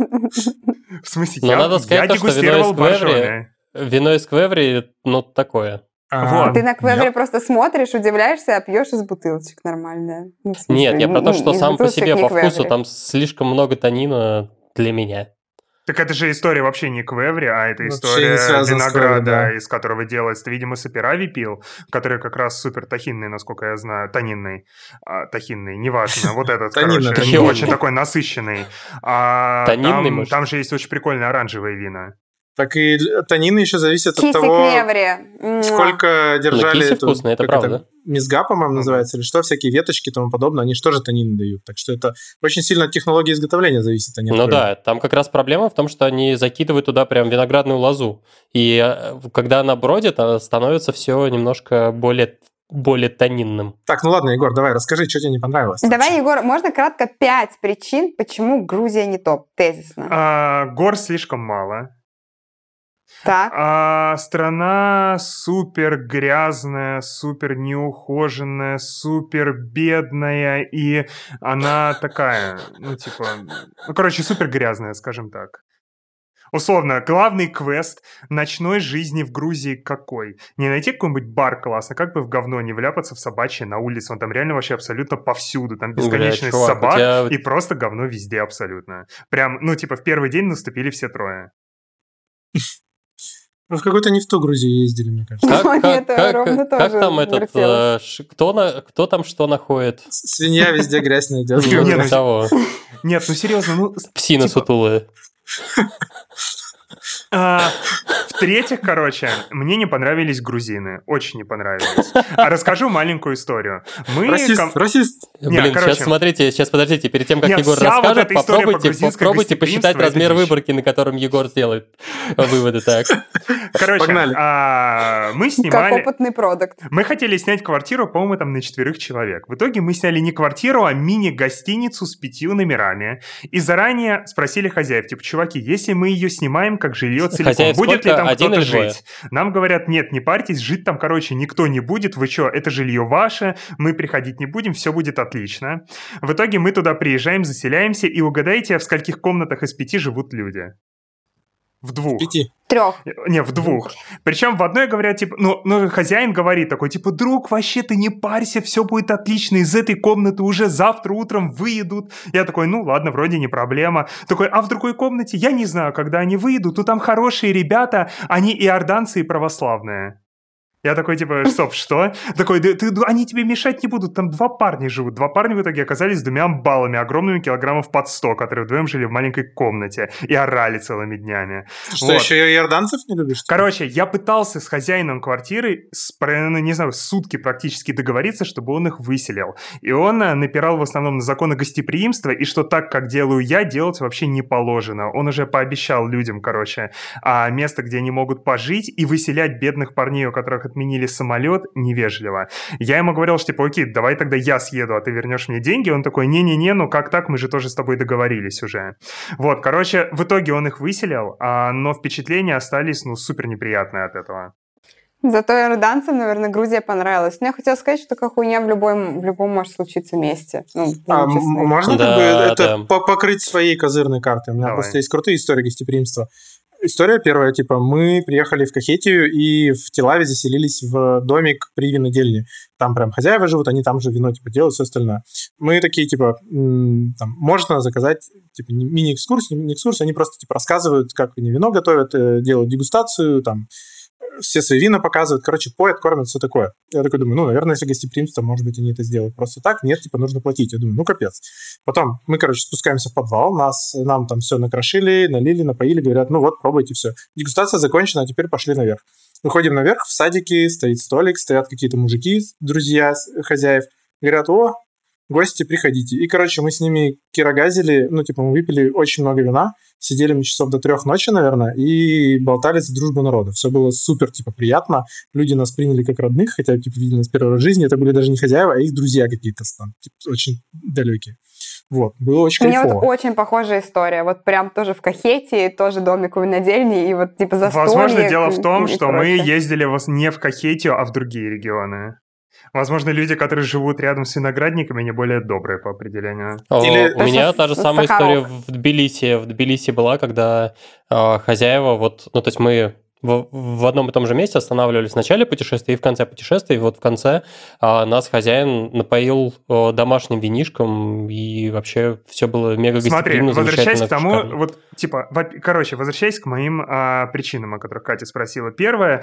В смысле, Но надо сказать, я дегустировал боржоми. Вино из Квеври, ну, такое. Вот. Ты на Квевре просто смотришь, удивляешься, а пьешь из бутылочек нормально. Ну, в смысле, Нет, я про то, что из сам по бутылочек себе не по вкусу Квеври. там слишком много танина для меня. Так это же история вообще не Квеври, а это Вообще история не связана с винограда, Квеври, да. из которого делается. Ты, видимо, саперави пил, который как раз супер тахинный, насколько я знаю. Тахинный, неважно. Вот этот, короче, Тахинный. очень такой насыщенный. Танинный, может? Там же есть очень прикольные оранжевые вина. Так и танины еще зависят от Киси того, Квеври. сколько держали киси эту, вкусно, это как правда. мезга, по-моему, называется, или что, всякие веточки и тому подобное, они же тоже танины дают. Так что это очень сильно от технологии изготовления зависит, а не от Ну крови. да, там как раз проблема в том, что они закидывают туда прям виноградную лозу. И когда она бродит, становится все немножко более тонинным. Так, ну ладно, Егор, давай, расскажи, что тебе не понравилось. Давай, Егор, можно кратко 5 причин, почему Грузия не топ, тезисно. Гор слишком мало. Так. Страна супер грязная, супер неухоженная, супер бедная, и она такая, супер грязная, скажем так. Условно, главный квест ночной жизни в Грузии какой? Не найти какой-нибудь бар классно, как бы в говно не вляпаться в собачье на улице, он там реально вообще абсолютно повсюду, там бесконечность собак и просто говно везде абсолютно. Прям, в первый день наступили все трое. Вы в какую-то не в ту Грузию ездили, мне кажется. Как там этот... Кто там что находит? Свинья везде грязь найдет. Нет, серьезно, Псина сутулая. В-третьих, мне не понравились грузины. Очень не понравились. Расскажу маленькую историю. Расист. Блин, сейчас подождите. Перед тем, как Егор расскажет, попробуйте посчитать размер выборки, на котором Егор сделает выводы. Так. Погнали. Мы снимали... Как опытный продукт. Мы хотели снять квартиру, по-моему, там на 4 человек. В итоге мы сняли не квартиру, а мини-гостиницу с 5 номерами. И заранее спросили хозяев, чуваки, если мы ее снимаем как жилье целиком, будет ли там кто-то жить? Нам говорят, нет, не парьтесь, жить там, никто не будет. Вы что, это жилье ваше, мы приходить не будем, все будет отлично. В итоге мы туда приезжаем, заселяемся, и угадайте, в скольких комнатах из 5 живут люди? В 2. 5. 3. Не, в 2. Причем в одной говорят, хозяин говорит такой, друг, вообще ты не парься, все будет отлично, из этой комнаты уже завтра утром выедут. Я такой, ладно, вроде не проблема. Такой, а в другой комнате, я не знаю, когда они выедут, но там хорошие ребята, они иорданцы и православные. Я такой, типа, стоп, что? Такой, они тебе мешать не будут, там 2 парня живут. 2 парня в итоге оказались с 2 амбалами, огромными килограммов под 100, которые вдвоем жили в маленькой комнате и орали целыми днями. Что, еще и иорданцев не любишь? Короче, я пытался с хозяином квартиры, не знаю, сутки практически договориться, чтобы он их выселил. И он напирал в основном на законы гостеприимства, и что так, как делаю я, делать вообще не положено. Он уже пообещал людям, короче, место, где они могут пожить, и выселять бедных парней, у которых отменили самолет, невежливо. Я ему говорил, что, типа, окей, давай тогда я съеду, а ты вернешь мне деньги. Он такой, не-не-не, ну как так, мы же тоже с тобой договорились уже. Вот, короче, в итоге он их выселил, но впечатления остались, супер неприятные от этого. Зато иорданцам, наверное, Грузия понравилась. Но я хотела сказать, что такая хуйня в любом может случиться месте. Можно это покрыть своей козырной картой? У меня просто есть крутые истории гостеприимства. История первая, типа, мы приехали в Кахетию и в Тель-Авиве заселились в домик при винодельне. Там прям хозяева живут, они там же вино, типа, делают, все остальное. Мы такие, типа, там, можно заказать, типа, мини-экскурс, не экскурс, они просто, типа, рассказывают, как они вино готовят, делают дегустацию, там, все свои вина показывают, короче, поят, кормят, все такое. Я такой думаю, наверное, если гостеприимство, может быть, они это сделают просто так. Нет, типа, нужно платить. Я думаю, капец. Потом мы, короче, спускаемся в подвал, нам там все накрошили, налили, напоили, говорят, вот, пробуйте все. Дегустация закончена, а теперь пошли наверх. Выходим наверх, в садике стоит столик, стоят какие-то мужики, друзья хозяев, говорят, гости, приходите. И, короче, мы с ними кирогазили, мы выпили очень много вина, сидели мы часов до 3 ночи, наверное, и болтали за дружбу народа. Все было супер, приятно. Люди нас приняли как родных, хотя, видели нас первый раз в жизни. Это были даже не хозяева, а их друзья какие-то, очень далекие. Вот, было очень кайфово. У меня очень похожая история. Вот прям тоже в Кахетии, тоже домик у винодельни, и застолье. Возможно, дело в том, что мы ездили не в Кахетию, а в другие регионы. Возможно, люди, которые живут рядом с виноградниками, они более добрые по определению. У меня та же самая история в Тбилиси. В Тбилиси была, когда хозяева, то есть мы в одном и том же месте останавливались в начале путешествия и в конце путешествия. И вот в конце нас хозяин напоил домашним винишком, и вообще все было мега гостеприимно, возвращаясь к тому, шикарно. Возвращаясь к моим причинам, о которых Катя спросила. Первое,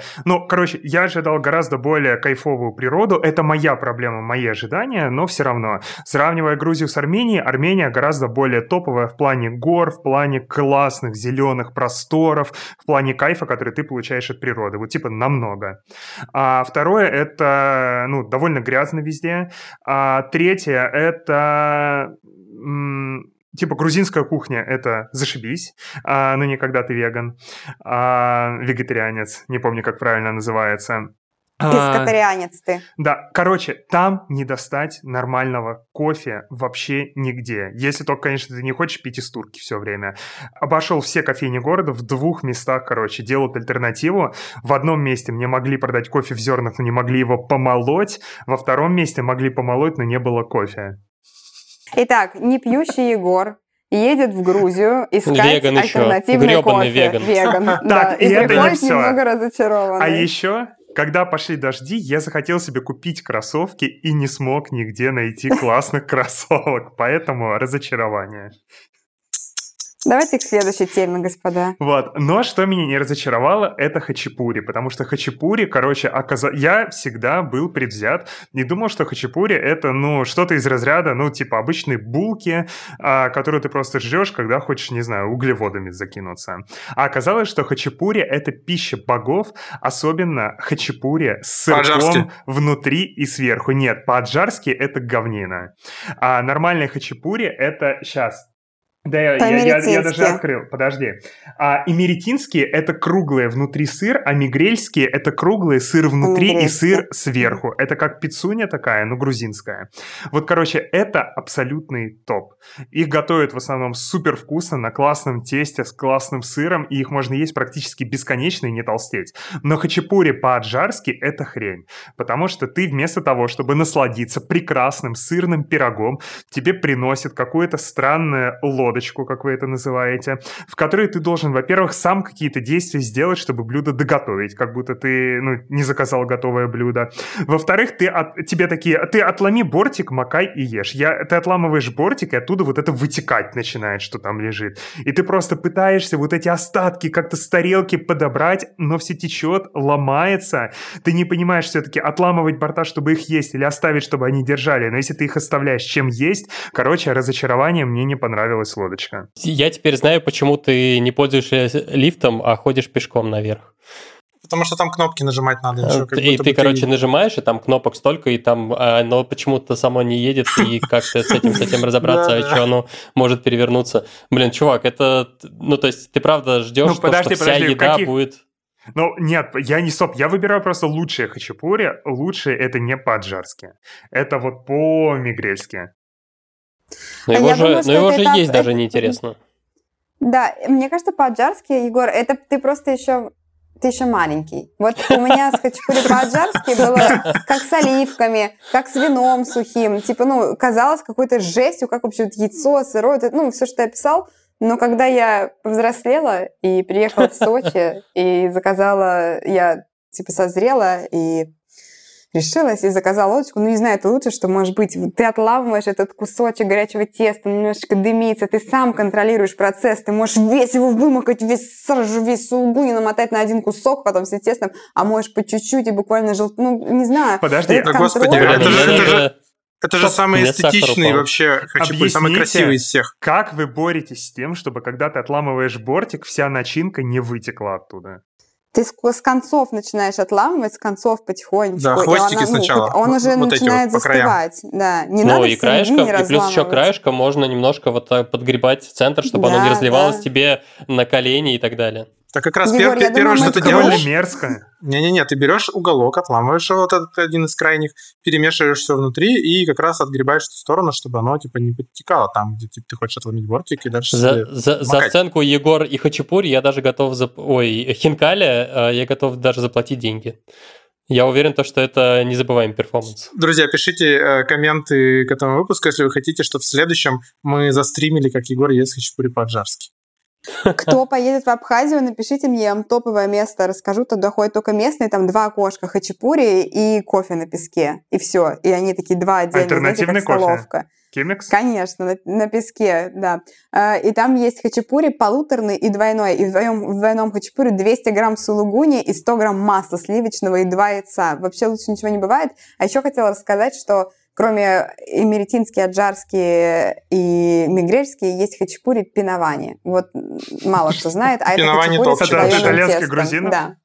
я ожидал гораздо более кайфовую природу. Это моя проблема, мои ожидания, но все равно. Сравнивая Грузию с Арменией, Армения гораздо более топовая в плане гор, в плане классных зеленых просторов, в плане кайфа, который ты получаешь от природы. Намного. Второе, это, довольно грязно везде. Третье, это... грузинская кухня – это зашибись, но не когда ты веган, вегетарианец, не помню, как правильно называется. Пескотарианец ты. Да, там не достать нормального кофе вообще нигде. Если только, конечно, ты не хочешь пить из турки все время. Обошел все кофейни города в 2 местах, делают альтернативу. В одном месте мне могли продать кофе в зернах, но не могли его помолоть. Во втором месте могли помолоть, но не было кофе. Итак, непьющий Егор едет в Грузию искать альтернативный кофе. Веган. Да, и приходит немного разочарованный. А еще... Когда пошли дожди, я захотел себе купить кроссовки и не смог нигде найти классных кроссовок, поэтому разочарование. Давайте к следующей теме, господа. Но что меня не разочаровало, это хачапури, потому что хачапури, я всегда был предвзят и думал, что хачапури это, что-то из разряда, обычной булки, которую ты просто жрешь, когда хочешь, не знаю, углеводами закинуться. А оказалось, что хачапури это пища богов, особенно хачапури с сырком внутри и сверху. Нет, по-аджарски это говнина. А нормальная хачапури это... Да, я даже открыл, подожди. Имеретинские – это круглые внутри сыр, а мигрельские – это круглые сыр внутри и сыр сверху. Это как пиццуня такая, грузинская. Это абсолютный топ. Их готовят в основном супер вкусно, на классном тесте, с классным сыром, и их можно есть практически бесконечно и не толстеть. Но хачапури по-аджарски – это хрень. Потому что ты вместо того, чтобы насладиться прекрасным сырным пирогом, тебе приносят какое-то странное лодо, лодочку, как вы это называете, в которой ты должен, во-первых, сам какие-то действия сделать, чтобы блюдо доготовить, как будто ты не заказал готовое блюдо. Во-вторых, тебе такие, ты отломи бортик, макай и ешь. Ты отламываешь бортик, и оттуда вот это вытекать начинает, что там лежит. И ты просто пытаешься вот эти остатки как-то с тарелки подобрать, но все течет, ломается. Ты не понимаешь все-таки, отламывать борта, чтобы их есть, или оставить, чтобы они держали. Но если ты их оставляешь чем есть, короче, разочарование, мне не понравилась лодочка. Я теперь знаю, почему ты не пользуешься лифтом, а ходишь пешком наверх. Потому что там кнопки нажимать надо. Еще, и ты, короче, нажимаешь, и там кнопок столько, и там оно почему-то само не едет, и как ты с этим разобраться, а еще оно может перевернуться. Блин, чувак, это... Ну, то есть ты правда ждешь, что вся еда будет... Ну, нет, я выбираю просто лучшие хачапури. Лучшие это не по-аджарски. Это вот по-мигрельски. Но его же есть даже неинтересно. Да, мне кажется, по-аджарски, Егор, это ты просто еще... Ты еще маленький. Вот у меня с хачапури по-аджарски было как с оливками, как с вином сухим. Типа, казалось какой-то жестью, как вообще яйцо, сырое, все, что я писал. Но когда я повзрослела и приехала в Сочи, и я созрела и решилась и заказала лодочку. Не знаю, это лучше, что может быть. Ты отламываешь этот кусочек горячего теста, немножечко дымится, ты сам контролируешь процесс, ты можешь весь его вымокать, весь сулугуни намотать на один кусок, потом с тестом, а можешь по чуть-чуть и буквально не знаю. Подожди, господи, это же самый эстетичный вообще хачапури, самый красивый из всех. Как вы боретесь с тем, чтобы когда ты отламываешь бортик, вся начинка не вытекла оттуда? Ты с концов начинаешь отламывать, с концов потихонечку. Да, хвостики сначала. Он уже начинает застывать. Да, не надо и краешком, и плюс еще краешком можно немножко вот так подгребать в центр, чтобы оно не разливалось тебе на колени и так далее. Так как раз первое, что ты делаешь... мерзко. Не-не-не, ты берешь уголок, отламываешь его, вот этот один из крайних, перемешиваешь все внутри и как раз отгребаешь в ту сторону, чтобы оно не подтекало там, где ты хочешь отломить бортик и дальше за сценку Егор и хачапури я даже готов... хинкали, я готов даже заплатить деньги. Я уверен, что это незабываемый перформанс. Друзья, пишите комменты к этому выпуску, если вы хотите, чтобы в следующем мы застримили, как Егор ест хачапури по-аджарски. Кто поедет в Абхазию, напишите мне, я вам топовое место расскажу. Туда ходят только местные, там 2 окошка хачапури и кофе на песке. И все. И они такие 2 отдельных, альтернативный знаете, как столовка. Кофе? Кемикс? Конечно, на песке, да. И там есть хачапури полуторный и двойной. И в двойном хачапури 200 грамм сулугуни и 100 грамм масла сливочного и 2 яйца. Вообще лучше ничего не бывает. А еще хотела рассказать, что кроме эмеретинские, аджарские и мигрельские, есть хачапури пинавани. Вот мало кто знает, а это хачапури с двойным итальянских грузинов? Да.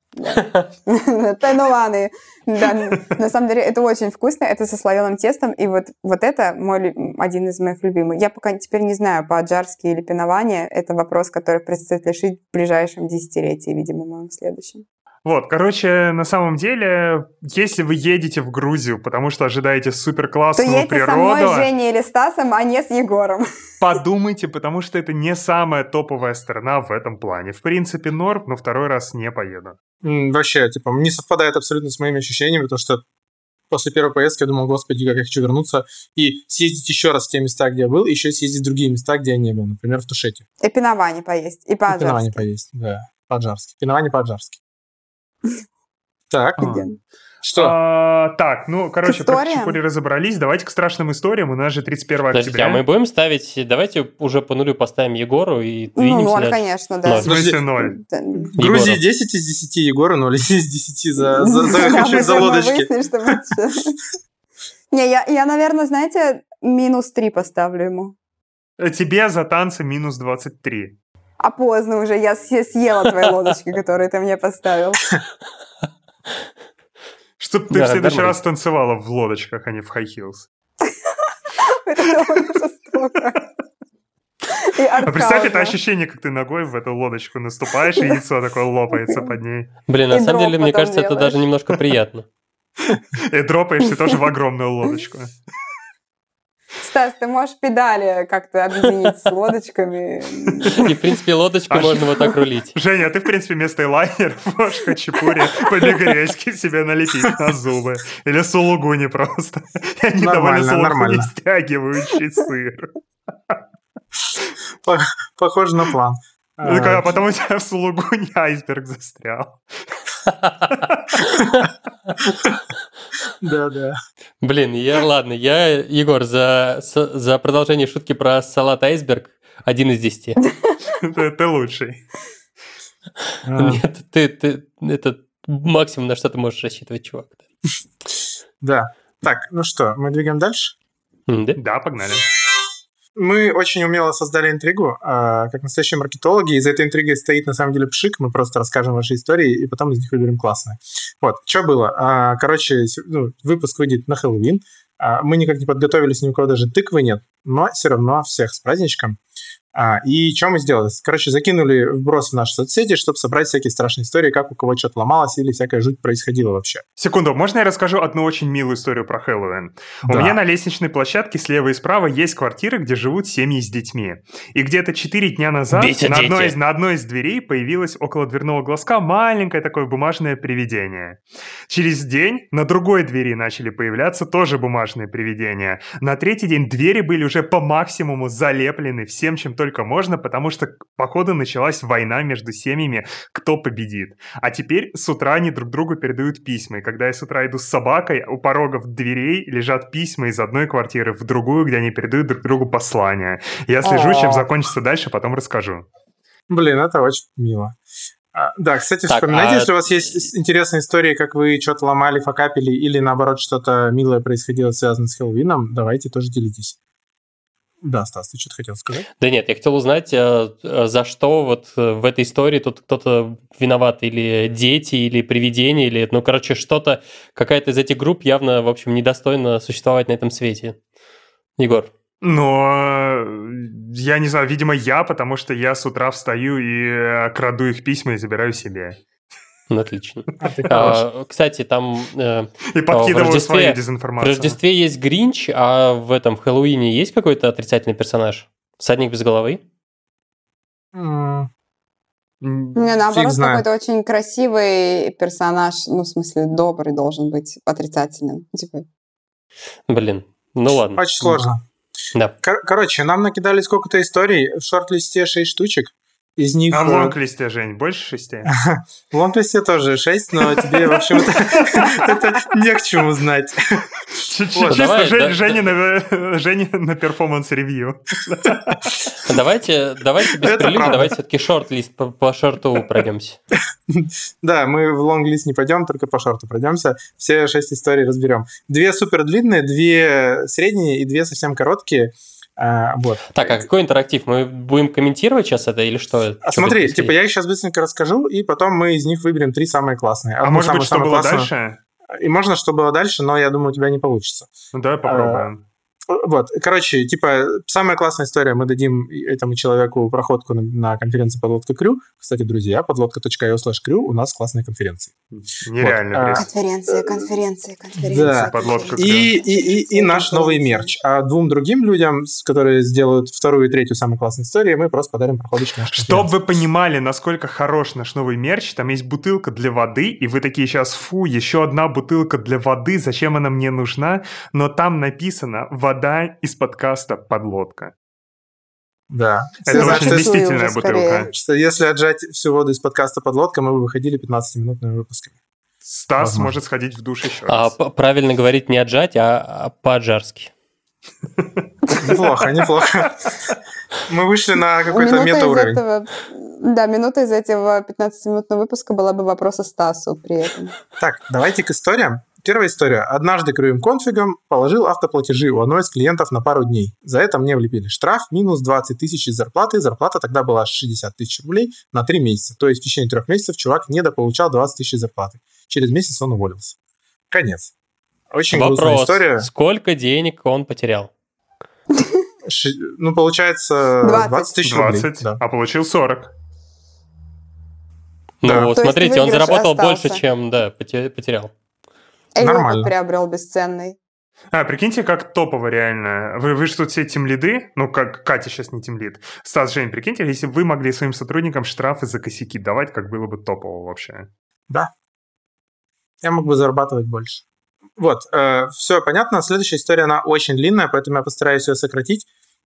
Пинавани. Да, на самом деле это очень вкусно, это со слоеным тестом, и вот это один из моих любимых. Я пока теперь не знаю, по-аджарски или пинавани, это вопрос, который предстоит решить в ближайшем десятилетии, видимо, моем следующем. Вот, короче, на самом деле, если вы едете в Грузию, потому что ожидаете суперклассную природу... То едьте со мной, Женей или Стасом, а не с Егором. Подумайте, потому что это не самая топовая страна в этом плане. В принципе, норм, но второй раз не поеду. Вообще, не совпадает абсолютно с моими ощущениями, потому что после первой поездки я думал, господи, как я хочу вернуться и съездить еще раз в те места, где я был, и еще съездить в другие места, где я не был, например, в Тушете. И пинавани поесть, и по-аджарски. Пинавани поесть, да, по-аджарски. Пинавани по-аджарски. Так, что? Так, про хачапури разобрались. Давайте к страшным историям. У нас же 31 октября. Подождите, а мы будем ставить... Давайте уже по нулю поставим Егору и двинемся. 0, конечно, да. В смысле 0? Грузии 10 из 10, Егору 0 из 10 за лодочки. Не, я, наверное, знаете, -3 поставлю ему. Тебе за танцы -23. А поздно уже, я съела твои лодочки, которые ты мне поставил. Чтоб ты в следующий раз танцевала в лодочках, а не в хай-хилс. Это довольно жестоко. А представь это ощущение, как ты ногой в эту лодочку наступаешь, и яйцо такое лопается под ней. Блин, на самом деле, мне кажется, это даже немножко приятно. И дропаешься тоже в огромную лодочку. Стас, ты можешь педали как-то объединить с лодочками. И, в принципе, лодочку можно вот так рулить. Женя, ты, в принципе, вместо лайнера можешь хачапури по-мигрельски себе налепить на зубы. Или сулугуни просто. Они довольно сулугуни стягивающий сыр. Похоже на план. А потом у тебя в Сулугуне айсберг застрял. Да. Блин, Егор, за продолжение шутки про салат айсберг 1 из 10. Ты лучший. Нет, это максимум, на что ты можешь рассчитывать, чувак. Да. Так, ну что, мы двигаем дальше? Да? Да, погнали. Мы очень умело создали интригу, как настоящие маркетологи, и за этой интригой стоит на самом деле пшик, мы просто расскажем ваши истории, и потом из них выберем классные. Вот, что было? Короче, выпуск выйдет на Хэллоуин, мы никак не подготовились, ни у кого даже тыквы нет, но все равно всех с праздничком. И что мы сделали? Короче, закинули вброс в наши соцсети, чтобы собрать всякие страшные истории, как у кого что-то ломалось или всякая жуть происходила вообще. Секунду, можно я расскажу одну очень милую историю про Хэллоуин? Да. У меня на лестничной площадке слева и справа есть квартиры, где живут семьи с детьми. И где-то 4 дня назад на одной из дверей появилось около дверного глазка маленькое такое бумажное привидение. Через день на другой двери начали появляться тоже бумажные привидения. На третий день двери были уже по максимуму залеплены всем, чем только можно, потому что, походу, началась война между семьями, кто победит. А теперь с утра они друг другу передают письма. И когда я с утра иду с собакой, у порогов дверей лежат письма из одной квартиры в другую, где они передают друг другу послания. Я слежу, чем закончится дальше, потом расскажу. Блин, это очень мило. Да, кстати, вспоминайте, если у вас есть интересные истории, как вы что-то ломали, факапили, или, наоборот, что-то милое происходило, связанное с Хэллоуином, давайте тоже делитесь. Да, Стас, ты что-то хотел сказать? Да нет, я хотел узнать, за что вот в этой истории тут кто-то виноват, или дети, или привидения, или, ну, короче, что-то, какая-то из этих групп явно, в общем, недостойна существовать на этом свете. Егор. Но я не знаю, видимо, потому что я с утра встаю и краду их письма и забираю себе. Ну, отлично. Кстати, там... И подкидываю свою дезинформацию. В Рождестве есть Гринч, а в этом Хэллоуине есть какой-то отрицательный персонаж? Всадник без головы? Не, наоборот, какой-то очень красивый персонаж, ну, в смысле, добрый должен быть отрицательным. Типа. Блин, ну ладно. Очень сложно. Да. Короче, нам накидали сколько-то историй. В шорт-листе 6 штучек. Из них... А в лонг-листе, Жень, больше 6? В лонг-листе тоже 6, но тебе, в общем, это не к чему знать. Чисто Женя на перформанс-ревью. Давайте без прелюдии, давайте все-таки шорт-лист по шорту пройдемся. Да, мы в лонг-лист не пойдем, только по шорту пройдемся. Все 6 историй разберем. 2 супер длинные, 2 средние и 2 совсем короткие. Вот. Так, а какой интерактив? Мы будем комментировать сейчас это или что? Смотри, типа я их сейчас быстренько расскажу, и потом мы из них выберем 3 самые классные. А может быть, что было дальше? И можно, что было дальше, но я думаю, у тебя не получится. Ну, давай попробуем. Вот, короче, типа, самая классная история. Мы дадим этому человеку проходку на конференции «Подлодка Крю». Кстати, друзья, podlodka.io/crew у нас классные конференции. Нереально. Конференции. Да. «Подлодка Крю». И наш новый мерч. А 2 другим людям, которые сделают 2-ю и 3-ю самые классные истории, мы просто подарим проходочку. Чтобы вы понимали, насколько хорош наш новый мерч, там есть бутылка для воды, и вы такие сейчас, фу, еще одна бутылка для воды, зачем она мне нужна? Но там написано «Вода из подкаста «Подлодка». Да. Это очень вместительная бутылка. Что если отжать всю воду из подкаста «Подлодка», мы бы выходили 15-минутными выпусками. Стас может сходить в душ еще раз. Правильно говорить не отжать, а по-аджарски. Неплохо. Мы вышли на какой-то мета-уровень. Да, минута из этого 15-минутного выпуска была бы вопроса Стасу при этом. Так, давайте к историям. Первая история. Однажды крутым конфигом положил автоплатежи у одного из клиентов на пару дней. За это мне влепили штраф минус 20 тысяч из зарплаты. Зарплата тогда была 60 тысяч рублей на 3 месяца. То есть в течение 3 месяцев чувак недополучал 20 тысяч зарплаты. Через месяц он уволился. Конец. Очень грустная история. Сколько денег он потерял? Ну, получается 20 тысяч рублей. 20, да. А получил 40. Ну, смотрите, он заработал больше, чем потерял. И опыт приобрел бесценный. Прикиньте, как топово реально. Вы же тут все тимлиды, ну, как Катя сейчас не тимлид. Стас, Жень, прикиньте, если бы вы могли своим сотрудникам штрафы за косяки давать, как было бы топово вообще. Да. Я мог бы зарабатывать больше. Вот, все понятно. Следующая история, она очень длинная, поэтому я постараюсь ее сократить.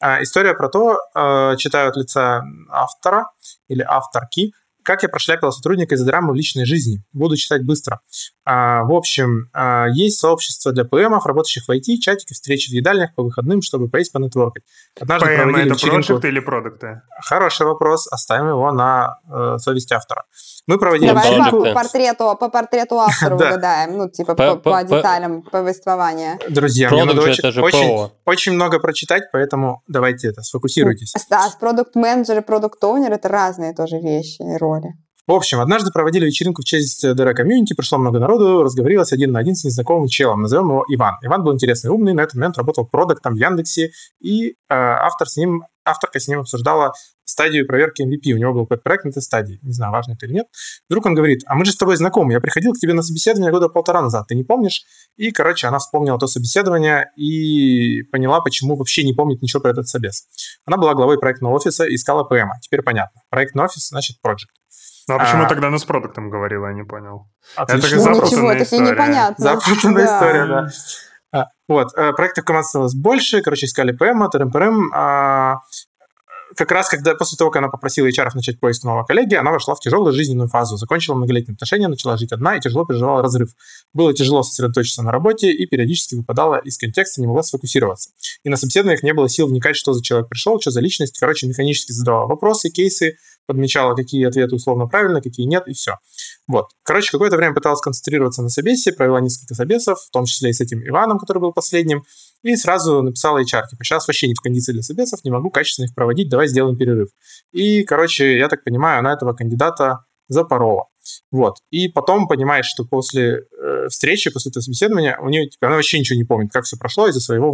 История про то, читаю от лица автора или авторки, как я прошляпила сотрудника из-за драмы в личной жизни. Буду читать быстро. В общем, есть сообщество для ПМов, работающих в IT, чатики, встречи в едальнях по выходным, чтобы поесть, понетворкать. Однажды ПМ проводили это вечеринку... проджекты или продукты? Хороший вопрос. Оставим его на совесть автора. Мы проводили Давай вечеринку... по портрету автора угадаем. Ну, типа по деталям повествования. Друзья, мне надо это же ПО. очень много прочитать, поэтому давайте сфокусируйтесь. Продукт-менеджер и продукт-оунер — это разные тоже вещи и роли. В общем, однажды проводили вечеринку в честь ДР комьюнити, пришло много народу, разговорилась один на один с незнакомым челом, назовем его Иван. Иван был интересный, умный, на этот момент работал продуктом в Яндексе, и авторка с ним обсуждала стадию проверки MVP. У него был какой-то проект на этой стадии. Не знаю, важно это или нет. Вдруг он говорит: а мы же с тобой знакомы, я приходил к тебе на собеседование 1.5 года назад, ты не помнишь? И, она вспомнила то собеседование и поняла, почему вообще не помнит ничего про этот собес. Она была главой проектного офиса и искала ПМа. Теперь понятно. Проектный офис, значит, project. Ну, а почему тогда она с продуктом говорила, я не понял. Отлично. Это запутанная таки непонятно. Запутанная история, да. Проектов команд становилось больше, искали ПМа, ТРМ, как раз после того, как она попросила HR начать поиск нового коллеги, она вошла в тяжелую жизненную фазу, закончила многолетние отношения, начала жить одна и тяжело переживала разрыв. Было тяжело сосредоточиться на работе и периодически выпадала из контекста, не могла сфокусироваться. И на собеседованиях не было сил вникать, что за человек пришел, что за личность. Механически задавала вопросы, кейсы, подмечала, какие ответы условно правильно, какие нет, и все. Какое-то время пыталась концентрироваться на собесе, провела несколько собесов, в том числе и с этим Иваном, который был последним, и сразу написала HR: сейчас вообще не в кондиции для собесов, не могу качественно их проводить, давай сделаем перерыв. И, я так понимаю, она этого кандидата запорола. И потом понимает, что после встречи, после этого собеседования, у нее, она вообще ничего не помнит, как все прошло из-за своего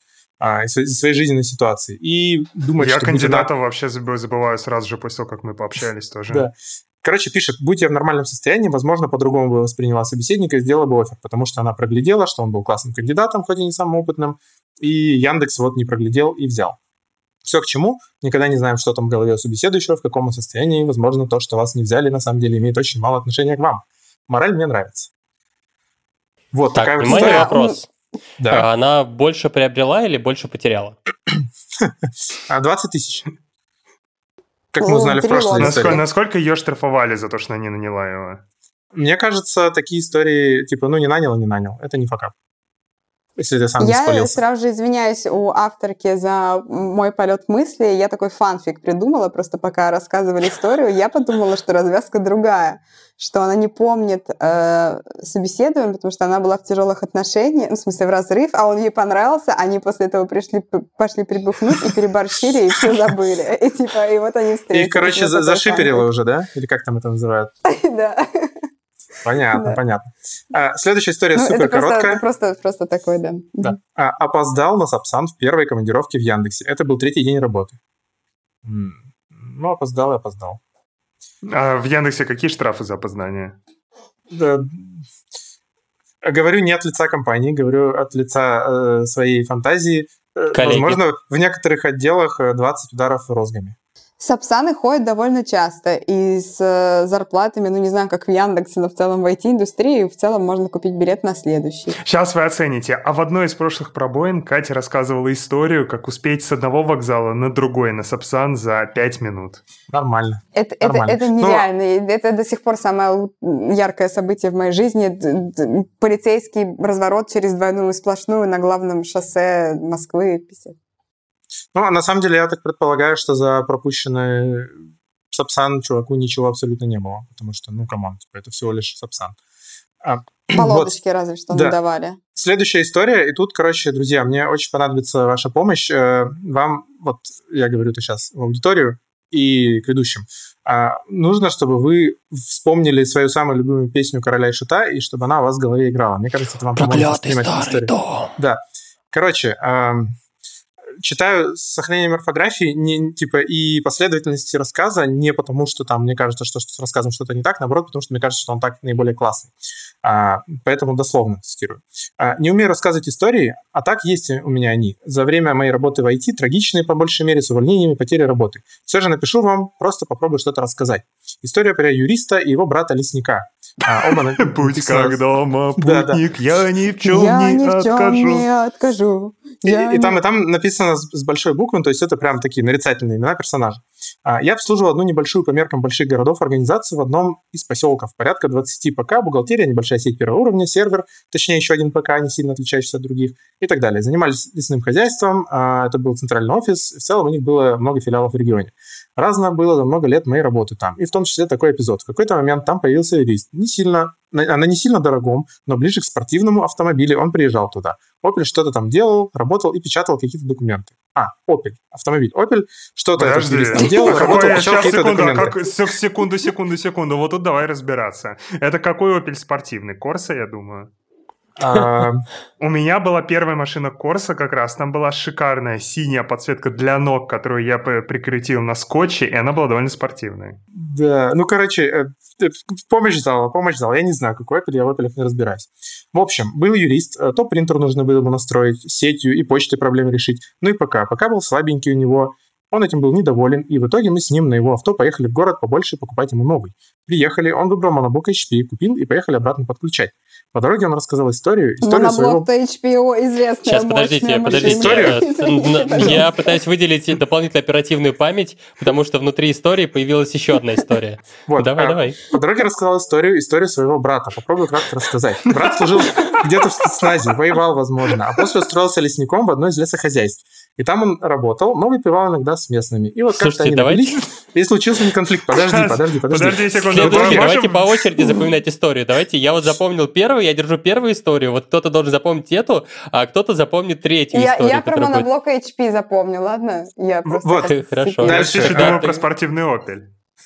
из своей жизненной ситуации. И думает, я что... кандидатов вообще забываю сразу же после того, как мы пообщались тоже. Да. Пишет: будь я в нормальном состоянии, возможно, по-другому бы восприняла собеседника и сделала бы оффер, потому что она проглядела, что он был классным кандидатом, хоть и не самым опытным, и Яндекс не проглядел и взял. Все к чему? Никогда не знаем, что там в голове у собеседующего, в каком он состоянии. Возможно, то, что вас не взяли, на самом деле имеет очень мало отношения к вам. Мораль мне нравится. Такая внимание, вопрос. Да. Она больше приобрела или больше потеряла? 20 тысяч. Как мы узнали в прошлой истории. Насколько ее штрафовали за то, что она не наняла его? Мне кажется, такие истории, не нанял. Это не факап. Если ты сам не спалился. Я сразу же извиняюсь у авторки за мой полет мысли. Я такой фанфик придумала, просто пока рассказывали историю. Я подумала, что развязка другая, что она не помнит собеседование, потому что она была в тяжелых отношениях, в смысле в разрыв, а он ей понравился, они после этого пошли прибухнуть и переборщили, и все забыли. И вот они встретились. И, зашиперила уже, да? Или как там это называют? Да. Понятно. Следующая история супер короткая. Просто такой, да. Опоздал на Сапсан в первой командировке в Яндексе. Это был 3-й день работы. Опоздал и опоздал. А в Яндексе какие штрафы за опоздание? Говорю не от лица компании, говорю от лица своей фантазии. Коллеги. Возможно, в некоторых отделах 20 ударов розгами. Сапсаны ходят довольно часто и с зарплатами, не знаю, как в Яндексе, но в целом в IT-индустрии в целом можно купить билет на следующий. Сейчас вы оцените. А в одной из прошлых пробоин Катя рассказывала историю, как успеть с одного вокзала на другой, на Сапсан, за 5 минут. Нормально. Это нереально. Это до сих пор самое яркое событие в моей жизни. Полицейский разворот через двойную сплошную на главном шоссе Москвы. На самом деле, я так предполагаю, что за пропущенный Сапсан чуваку ничего абсолютно не было, потому что, камон, это всего лишь Сапсан. По лодочке разве что не давали. Следующая история, и тут, друзья, мне очень понадобится ваша помощь. Вам, я говорю это сейчас в аудиторию и к ведущим, нужно, чтобы вы вспомнили свою самую любимую песню «Короля и Шута», и чтобы она у вас в голове играла. Мне кажется, это вам поможет воспринимать эту историю. Да. Читаю с сохранением орфографии и последовательности рассказа не потому, что мне кажется, что с рассказом что-то не так, наоборот, потому что мне кажется, что он так наиболее классный. Поэтому дословно цитирую. «Не умею рассказывать истории, а так есть у меня они. За время моей работы в IT трагичные, по большей мере, с увольнениями, потерей работы. Все же напишу вам, просто попробую что-то рассказать. История про юриста и его брата-лесника. Оба Будь написано- как дома, Да, да. путник, я ни в чем Я ни не в чем откажу. не откажу. И там написано с большой буквы, то есть это прям такие нарицательные имена персонажа. Я обслуживал одну небольшую по меркам больших городов организацию в одном из поселков. Порядка 20 ПК, бухгалтерия, небольшая сеть первого уровня, сервер, точнее еще один ПК, не сильно отличающийся от других и так далее. Занимались лесным хозяйством, это был центральный офис, в целом у них было много филиалов в регионе. Разно было за много лет моей работы там, и в том числе такой эпизод. В какой-то момент там появился юрист. На не сильно дорогом, но ближе к спортивному автомобилю он приезжал туда. Opel что-то там делал, работал и печатал какие-то документы. Opel, автомобиль Opel, что-то этот Подожди, юрист там делал, работал, печатал сейчас, какие-то секунду, документы. секунду, вот тут давай разбираться. Это какой Opel спортивный? Corsa, я думаю. А, У меня была первая машина Corsa как раз, там была шикарная синяя подсветка для ног, которую я прикрутил на скотче, и она была довольно спортивной. Да, помощь зала, я не знаю, какой Opel, я в Opel не разбираюсь. В общем, был юрист, то принтер нужно было ему настроить, сетью и почтой проблемы решить, ну и ПК был слабенький у него, он этим был недоволен, и в итоге мы с ним на его авто поехали в город побольше покупать ему новый. Приехали, он выбрал моноблок HP, купил и поехали обратно подключать. По дороге он рассказал историю своего... Моноблок-то HPO известная. Сейчас, подождите. Я пытаюсь выделить дополнительную оперативную память, потому что внутри истории появилась еще одна история. Давай. По дороге рассказал историю своего брата. Попробую кратко рассказать. Брат служил где-то в спецназе, воевал, возможно, а после устроился лесником в одно из лесохозяйств. И там он работал, но выпивал иногда с местными. И вот как-то они напились, и случился конфликт. Подожди секунду. Давайте по очереди запоминать историю. Давайте, я вот запомнил первую, я держу первую историю, вот кто-то должен запомнить эту, а кто-то запомнит третью историю. Я про моноблок HP запомнил, ладно? Хорошо. Дальше еще думаю про спортивный Opel.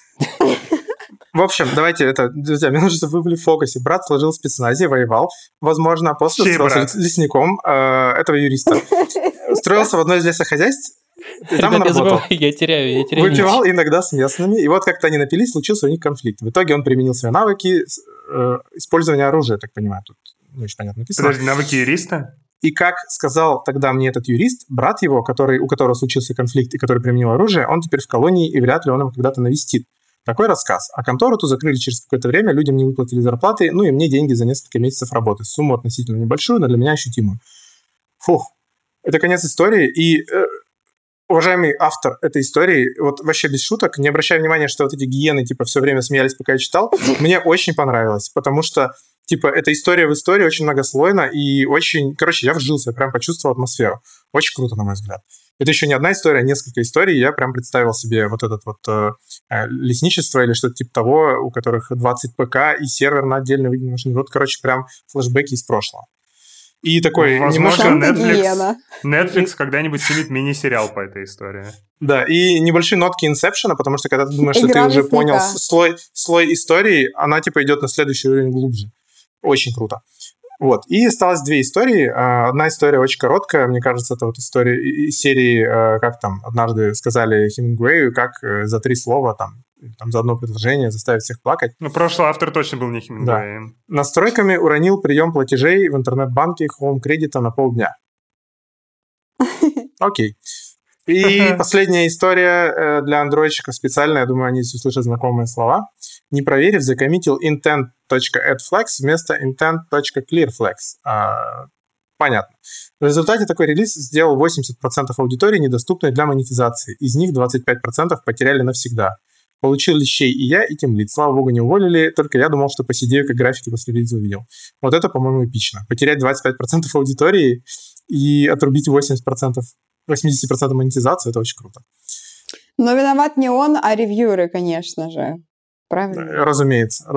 В общем, давайте друзья, мне нужно, чтобы вы были в фокусе. Брат служил в спецназе, воевал, возможно, а после устроился лесником этого юриста. Устроился в одно из лесохозяйств, и там он работал. Я теряю Выпивал иногда с местными, и вот как-то они напились, случился у них конфликт. В итоге он применил свои навыки использования оружия, так понимаю, тут не очень понятно написано. Подожди, навыки юриста? И как сказал тогда мне этот юрист, брат его, у которого случился конфликт и который применил оружие, он теперь в колонии, и вряд ли он его когда-то навестит. Такой рассказ. А контору ту закрыли через какое-то время, людям не выплатили зарплаты, ну и мне деньги за несколько месяцев работы. Сумму относительно небольшую, но для меня ощутимую. Фух. Это конец истории. И, уважаемый автор этой истории, вот вообще без шуток, не обращая внимания, что вот эти гиены типа все время смеялись, пока я читал, мне очень понравилось, потому что типа эта история в истории очень многослойна и очень... Короче, я вжился, я прям почувствовал атмосферу. Очень круто, на мой взгляд. Это еще не одна история, а несколько историй. Я прям представил себе вот этот лесничество или что-то типа того, у которых 20 ПК и сервер на отдельно выделенной машине. Вот, короче, прям флешбеки из прошлого. И такой... Возможно, Netflix когда-нибудь снимет мини-сериал по этой истории. Да, и небольшие нотки инсепшена, потому что когда ты думаешь, что ты уже понял слой истории, она типа идет на следующий уровень глубже. Очень круто. Вот. И осталось две истории. Одна история очень короткая. Мне кажется, это вот история из серии, как там однажды сказали Хемингуэю, как за 3 слова, там за одно предложение заставить всех плакать. Ну, прошлый автор точно был не Хемингуэем. Да. Настройками уронил прием платежей в интернет-банке Home Credit на полдня. Окей. И последняя история для андроидчиков специальная. Я думаю, они здесь услышат знакомые слова. Не проверив, закоммитил intent.addFlex вместо intent.clearFlex. Понятно. В результате такой релиз сделал 80% аудитории недоступной для монетизации. Из них 25% потеряли навсегда. Получил лещей и я, и тимлид. Слава богу, не уволили, только я думал, что посидею, как графики после релиза увидел. Вот это, по-моему, эпично. Потерять 25% аудитории и отрубить 80% монетизации — это очень круто. Но виноват не он, а ревьюеры, конечно же. Правильно? Разумеется.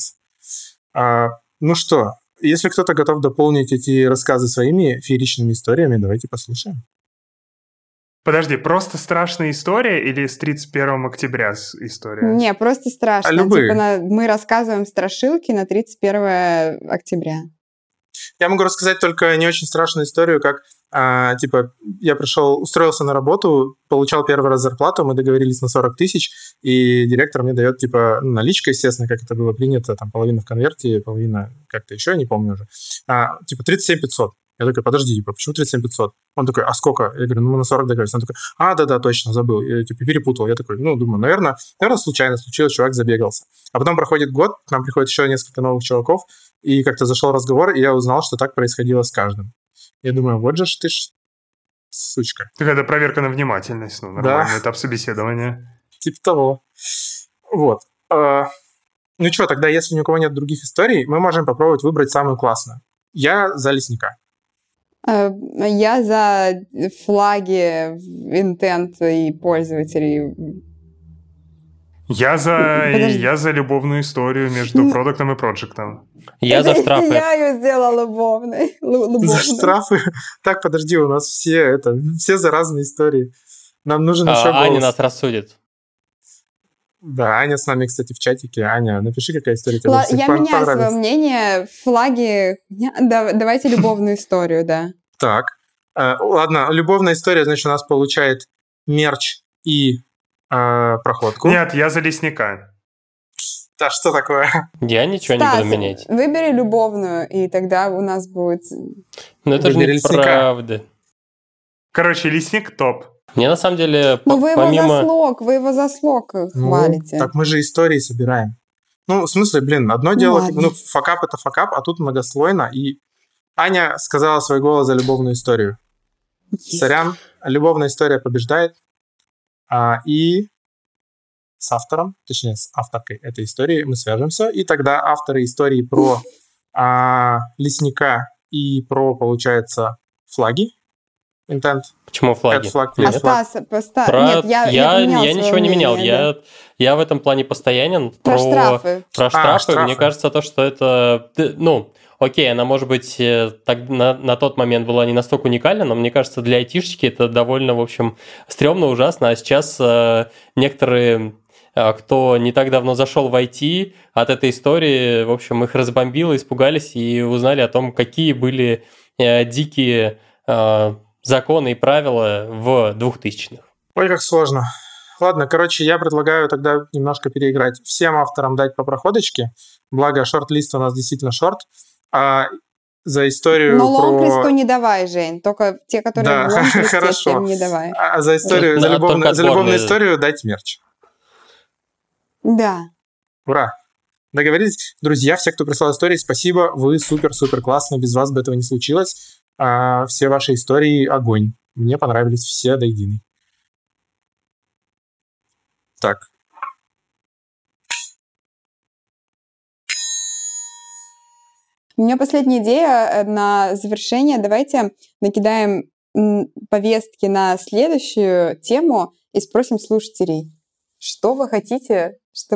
Ну что, если кто-то готов дополнить эти рассказы своими фееричными историями, давайте послушаем. Подожди, просто страшная история или с 31 октября история? Не, просто страшно. Любые. Типа мы рассказываем страшилки на 31 октября. Я могу рассказать только не очень страшную историю, как я устроился на работу, получал первый раз зарплату, мы договорились на 40 тысяч, и директор мне дает наличка, естественно, как это было принято, там половина в конверте, половина как-то еще, не помню уже, 37 500. Я такой, подожди, типа, почему 37 500? Он такой, а сколько? Я говорю, ну мы на 40 договорились. Он такой, да, точно, забыл. Я типа перепутал. Я такой, думаю, наверное, случайно случилось, чувак забегался. А потом проходит год, к нам приходит еще несколько новых чуваков, и как-то зашел разговор, и я узнал, что так происходило с каждым. Я думаю, вот же ты ж сучка. Так это проверка на внимательность, нормальный этап собеседования. Типа того. Вот. Ну что, тогда, если ни у кого нет других историй, мы можем попробовать выбрать самую классную. Я за лесника. Я за флаги, интент и пользователей. Я за любовную историю между продуктом и проджектом. Я за штрафы. Я ее сделала любовной. За штрафы? Так, подожди, у нас все за разные истории. Нам нужен еще голос. Аня нас рассудит. Да, Аня с нами, кстати, в чатике. Аня, напиши, какая история тебе больше Я меняю свое мнение. Флаги... Давайте любовную историю, да. Так. Ладно, любовная история, значит, у нас получает мерч и проходку. Нет, я за лесника. Да что такое? Я ничего не буду менять. Выбери любовную, и тогда у нас будет... Ну это же неправда. Короче, лесник топ. Мне на самом деле, вы его за слог хвалите. Так мы же истории собираем. Ну, в смысле, одно дело, факап это факап, а тут многослойно, и Аня сказала свой голос за любовную историю. Сорян, любовная история побеждает, и с автором, точнее, с авторкой этой истории мы свяжемся, и тогда авторы истории про лесника и про, получается, флаги, интент. Почему флаги? Нет, я ничего не менял. Я в этом плане постоянен. Про штрафы. Про штрафы. Мне кажется, то, что это... Окей, она, может быть, на тот момент была не настолько уникальна, но мне кажется, для айтишечки это довольно, в общем, стрёмно, ужасно. А сейчас некоторые, кто не так давно зашел в IT, от этой истории, в общем, их разбомбило, испугались и узнали о том, какие были дикие законы и правила в 2000-х. Ой, как сложно. Ладно, короче, я предлагаю тогда немножко переиграть. Всем авторам дать по проходочке. Благо, шорт-лист у нас действительно шорт. А за историю но лонг-листу не давай, Жень. Только те, которые в лонг-листе, тем не давай. А за историю, за любовную историю дать мерч. Да. Ура. Договорились? Друзья, все, кто прислал истории, спасибо. Вы супер-супер классно. Без вас бы этого не случилось. Все ваши истории огонь. Мне понравились все до единой. Так. У меня последняя идея на завершение. Давайте накидаем повестки на следующую тему и спросим слушателей, что вы хотите,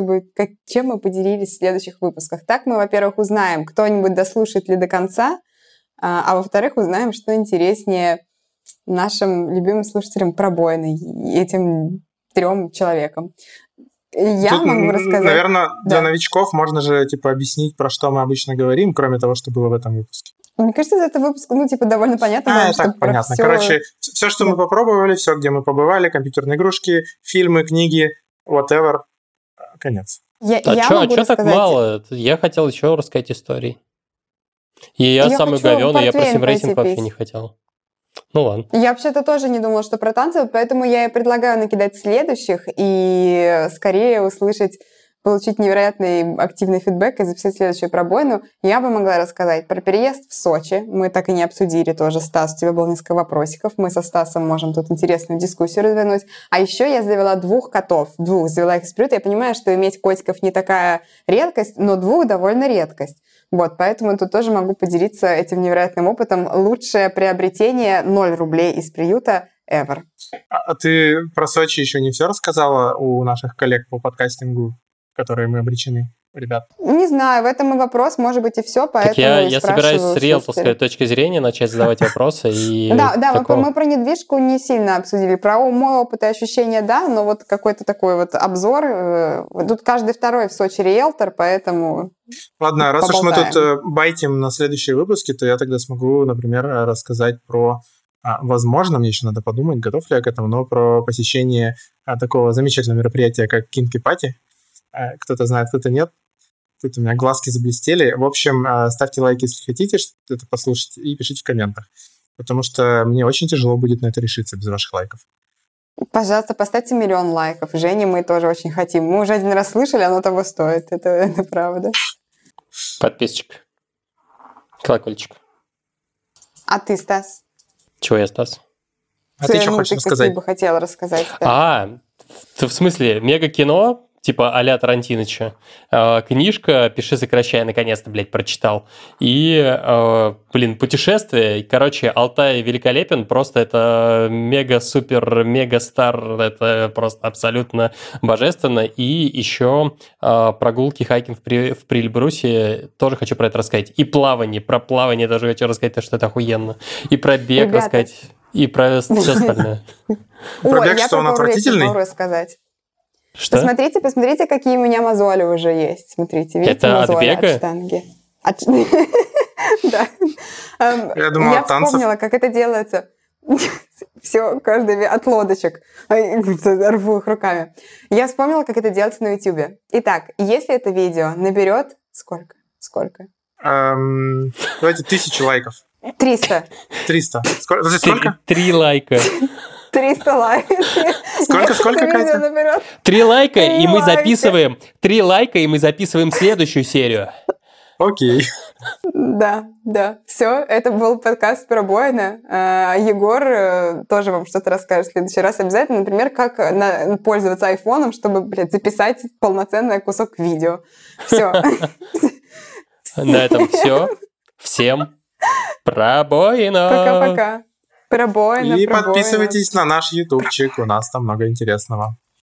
чем мы поделились в следующих выпусках. Так мы, во-первых, узнаем, кто-нибудь дослушает ли до конца, а во-вторых, узнаем, что интереснее нашим любимым слушателям пробоины, этим 3 человекам. Я тут, могу рассказать. Наверное, для новичков можно же объяснить, про что мы обычно говорим, кроме того, что было в этом выпуске. Мне кажется, это выпуск, довольно понятно. Так, понятно. Короче, все, что мы попробовали, все, где мы побывали, компьютерные игрушки, фильмы, книги, whatever, конец. Что так мало? Я хотел еще рассказать истории. И я самый говёный, я про симрейсинг вообще не хотел. Ну ладно. Я вообще-то тоже не думала, что про танцы, поэтому я и предлагаю накидать следующих и скорее получить невероятный активный фидбэк и записать следующую пробоину. Я бы могла рассказать про переезд в Сочи. Мы так и не обсудили тоже. Стас, у тебя было несколько вопросиков. Мы со Стасом можем тут интересную дискуссию развернуть. А еще я завела 2 котов. 2 завела их из приюта. Я понимаю, что иметь котиков не такая редкость, но 2 довольно редкость. Поэтому тут тоже могу поделиться этим невероятным опытом. Лучшее приобретение 0 рублей из приюта ever. А ты про Сочи еще не все рассказала у наших коллег по подкастингу, которые мы обречены, ребят? Не знаю, в этом и вопрос, может быть, и все, поэтому я собираюсь с риэлторской точки зрения начать задавать вопросы. Да, мы про недвижку не сильно обсудили. Про мой опыт и ощущения, да, но какой-то такой обзор. Тут каждый второй в Сочи риэлтор, поэтому... Ладно, раз уж мы тут байтим на следующие выпуски, то я тогда смогу, например, рассказать про... Возможно, мне еще надо подумать, готов ли я к этому, но про посещение такого замечательного мероприятия, как Kinky Party. Кто-то знает, кто-то нет. Тут у меня глазки заблестели. В общем, ставьте лайки, если хотите это послушать, и пишите в комментах. Потому что мне очень тяжело будет на это решиться без ваших лайков. Пожалуйста, поставьте 1 000 000 лайков. Жене мы тоже очень хотим. Мы уже один раз слышали, оно того стоит. Это правда. Подписчик. Колокольчик. А ты, Стас? Чего я, Стас? А ты что хочешь рассказать? Ты бы хотел рассказать? Да. В смысле, мега-кино, типа а-ля Тарантиныча. Книжка «Пиши, сокращай», наконец-то, блядь, прочитал. И, путешествие. Короче, Алтай великолепен, просто это мега-супер-мега-стар, это просто абсолютно божественно. И еще прогулки, хайкинг в Прильбрусе, тоже хочу про это рассказать. И плавание, про плавание тоже хочу рассказать, потому что это охуенно. И про бег рассказать, и про все остальное. Про бег, что он отвратительный? Рассказать. Что? Посмотрите, какие у меня мозоли уже есть. Смотрите, видите, это мозоли от бега? от штанги. Да. Я думал, от танцев. Вспомнила, как это делается. Все, каждый от лодочек. Рву их руками. Я вспомнила, как это делается на Ютубе. Итак, если это видео наберет... Сколько? Давайте 1000 лайков. 300. 300. Сколько? 3 лайка. 300 лайков. Сколько, Катя? 3 лайка, и мы записываем. 3 лайка, и мы записываем следующую серию. Окей. Да. Все, это был подкаст «Пробоина». Егор тоже вам что-то расскажет в следующий раз обязательно. Например, как пользоваться айфоном, чтобы, записать полноценный кусок видео. Все. На этом все. Всем пробоина. Пока-пока. Пробоина. И подписывайтесь на наш ютубчик, у нас там много интересного.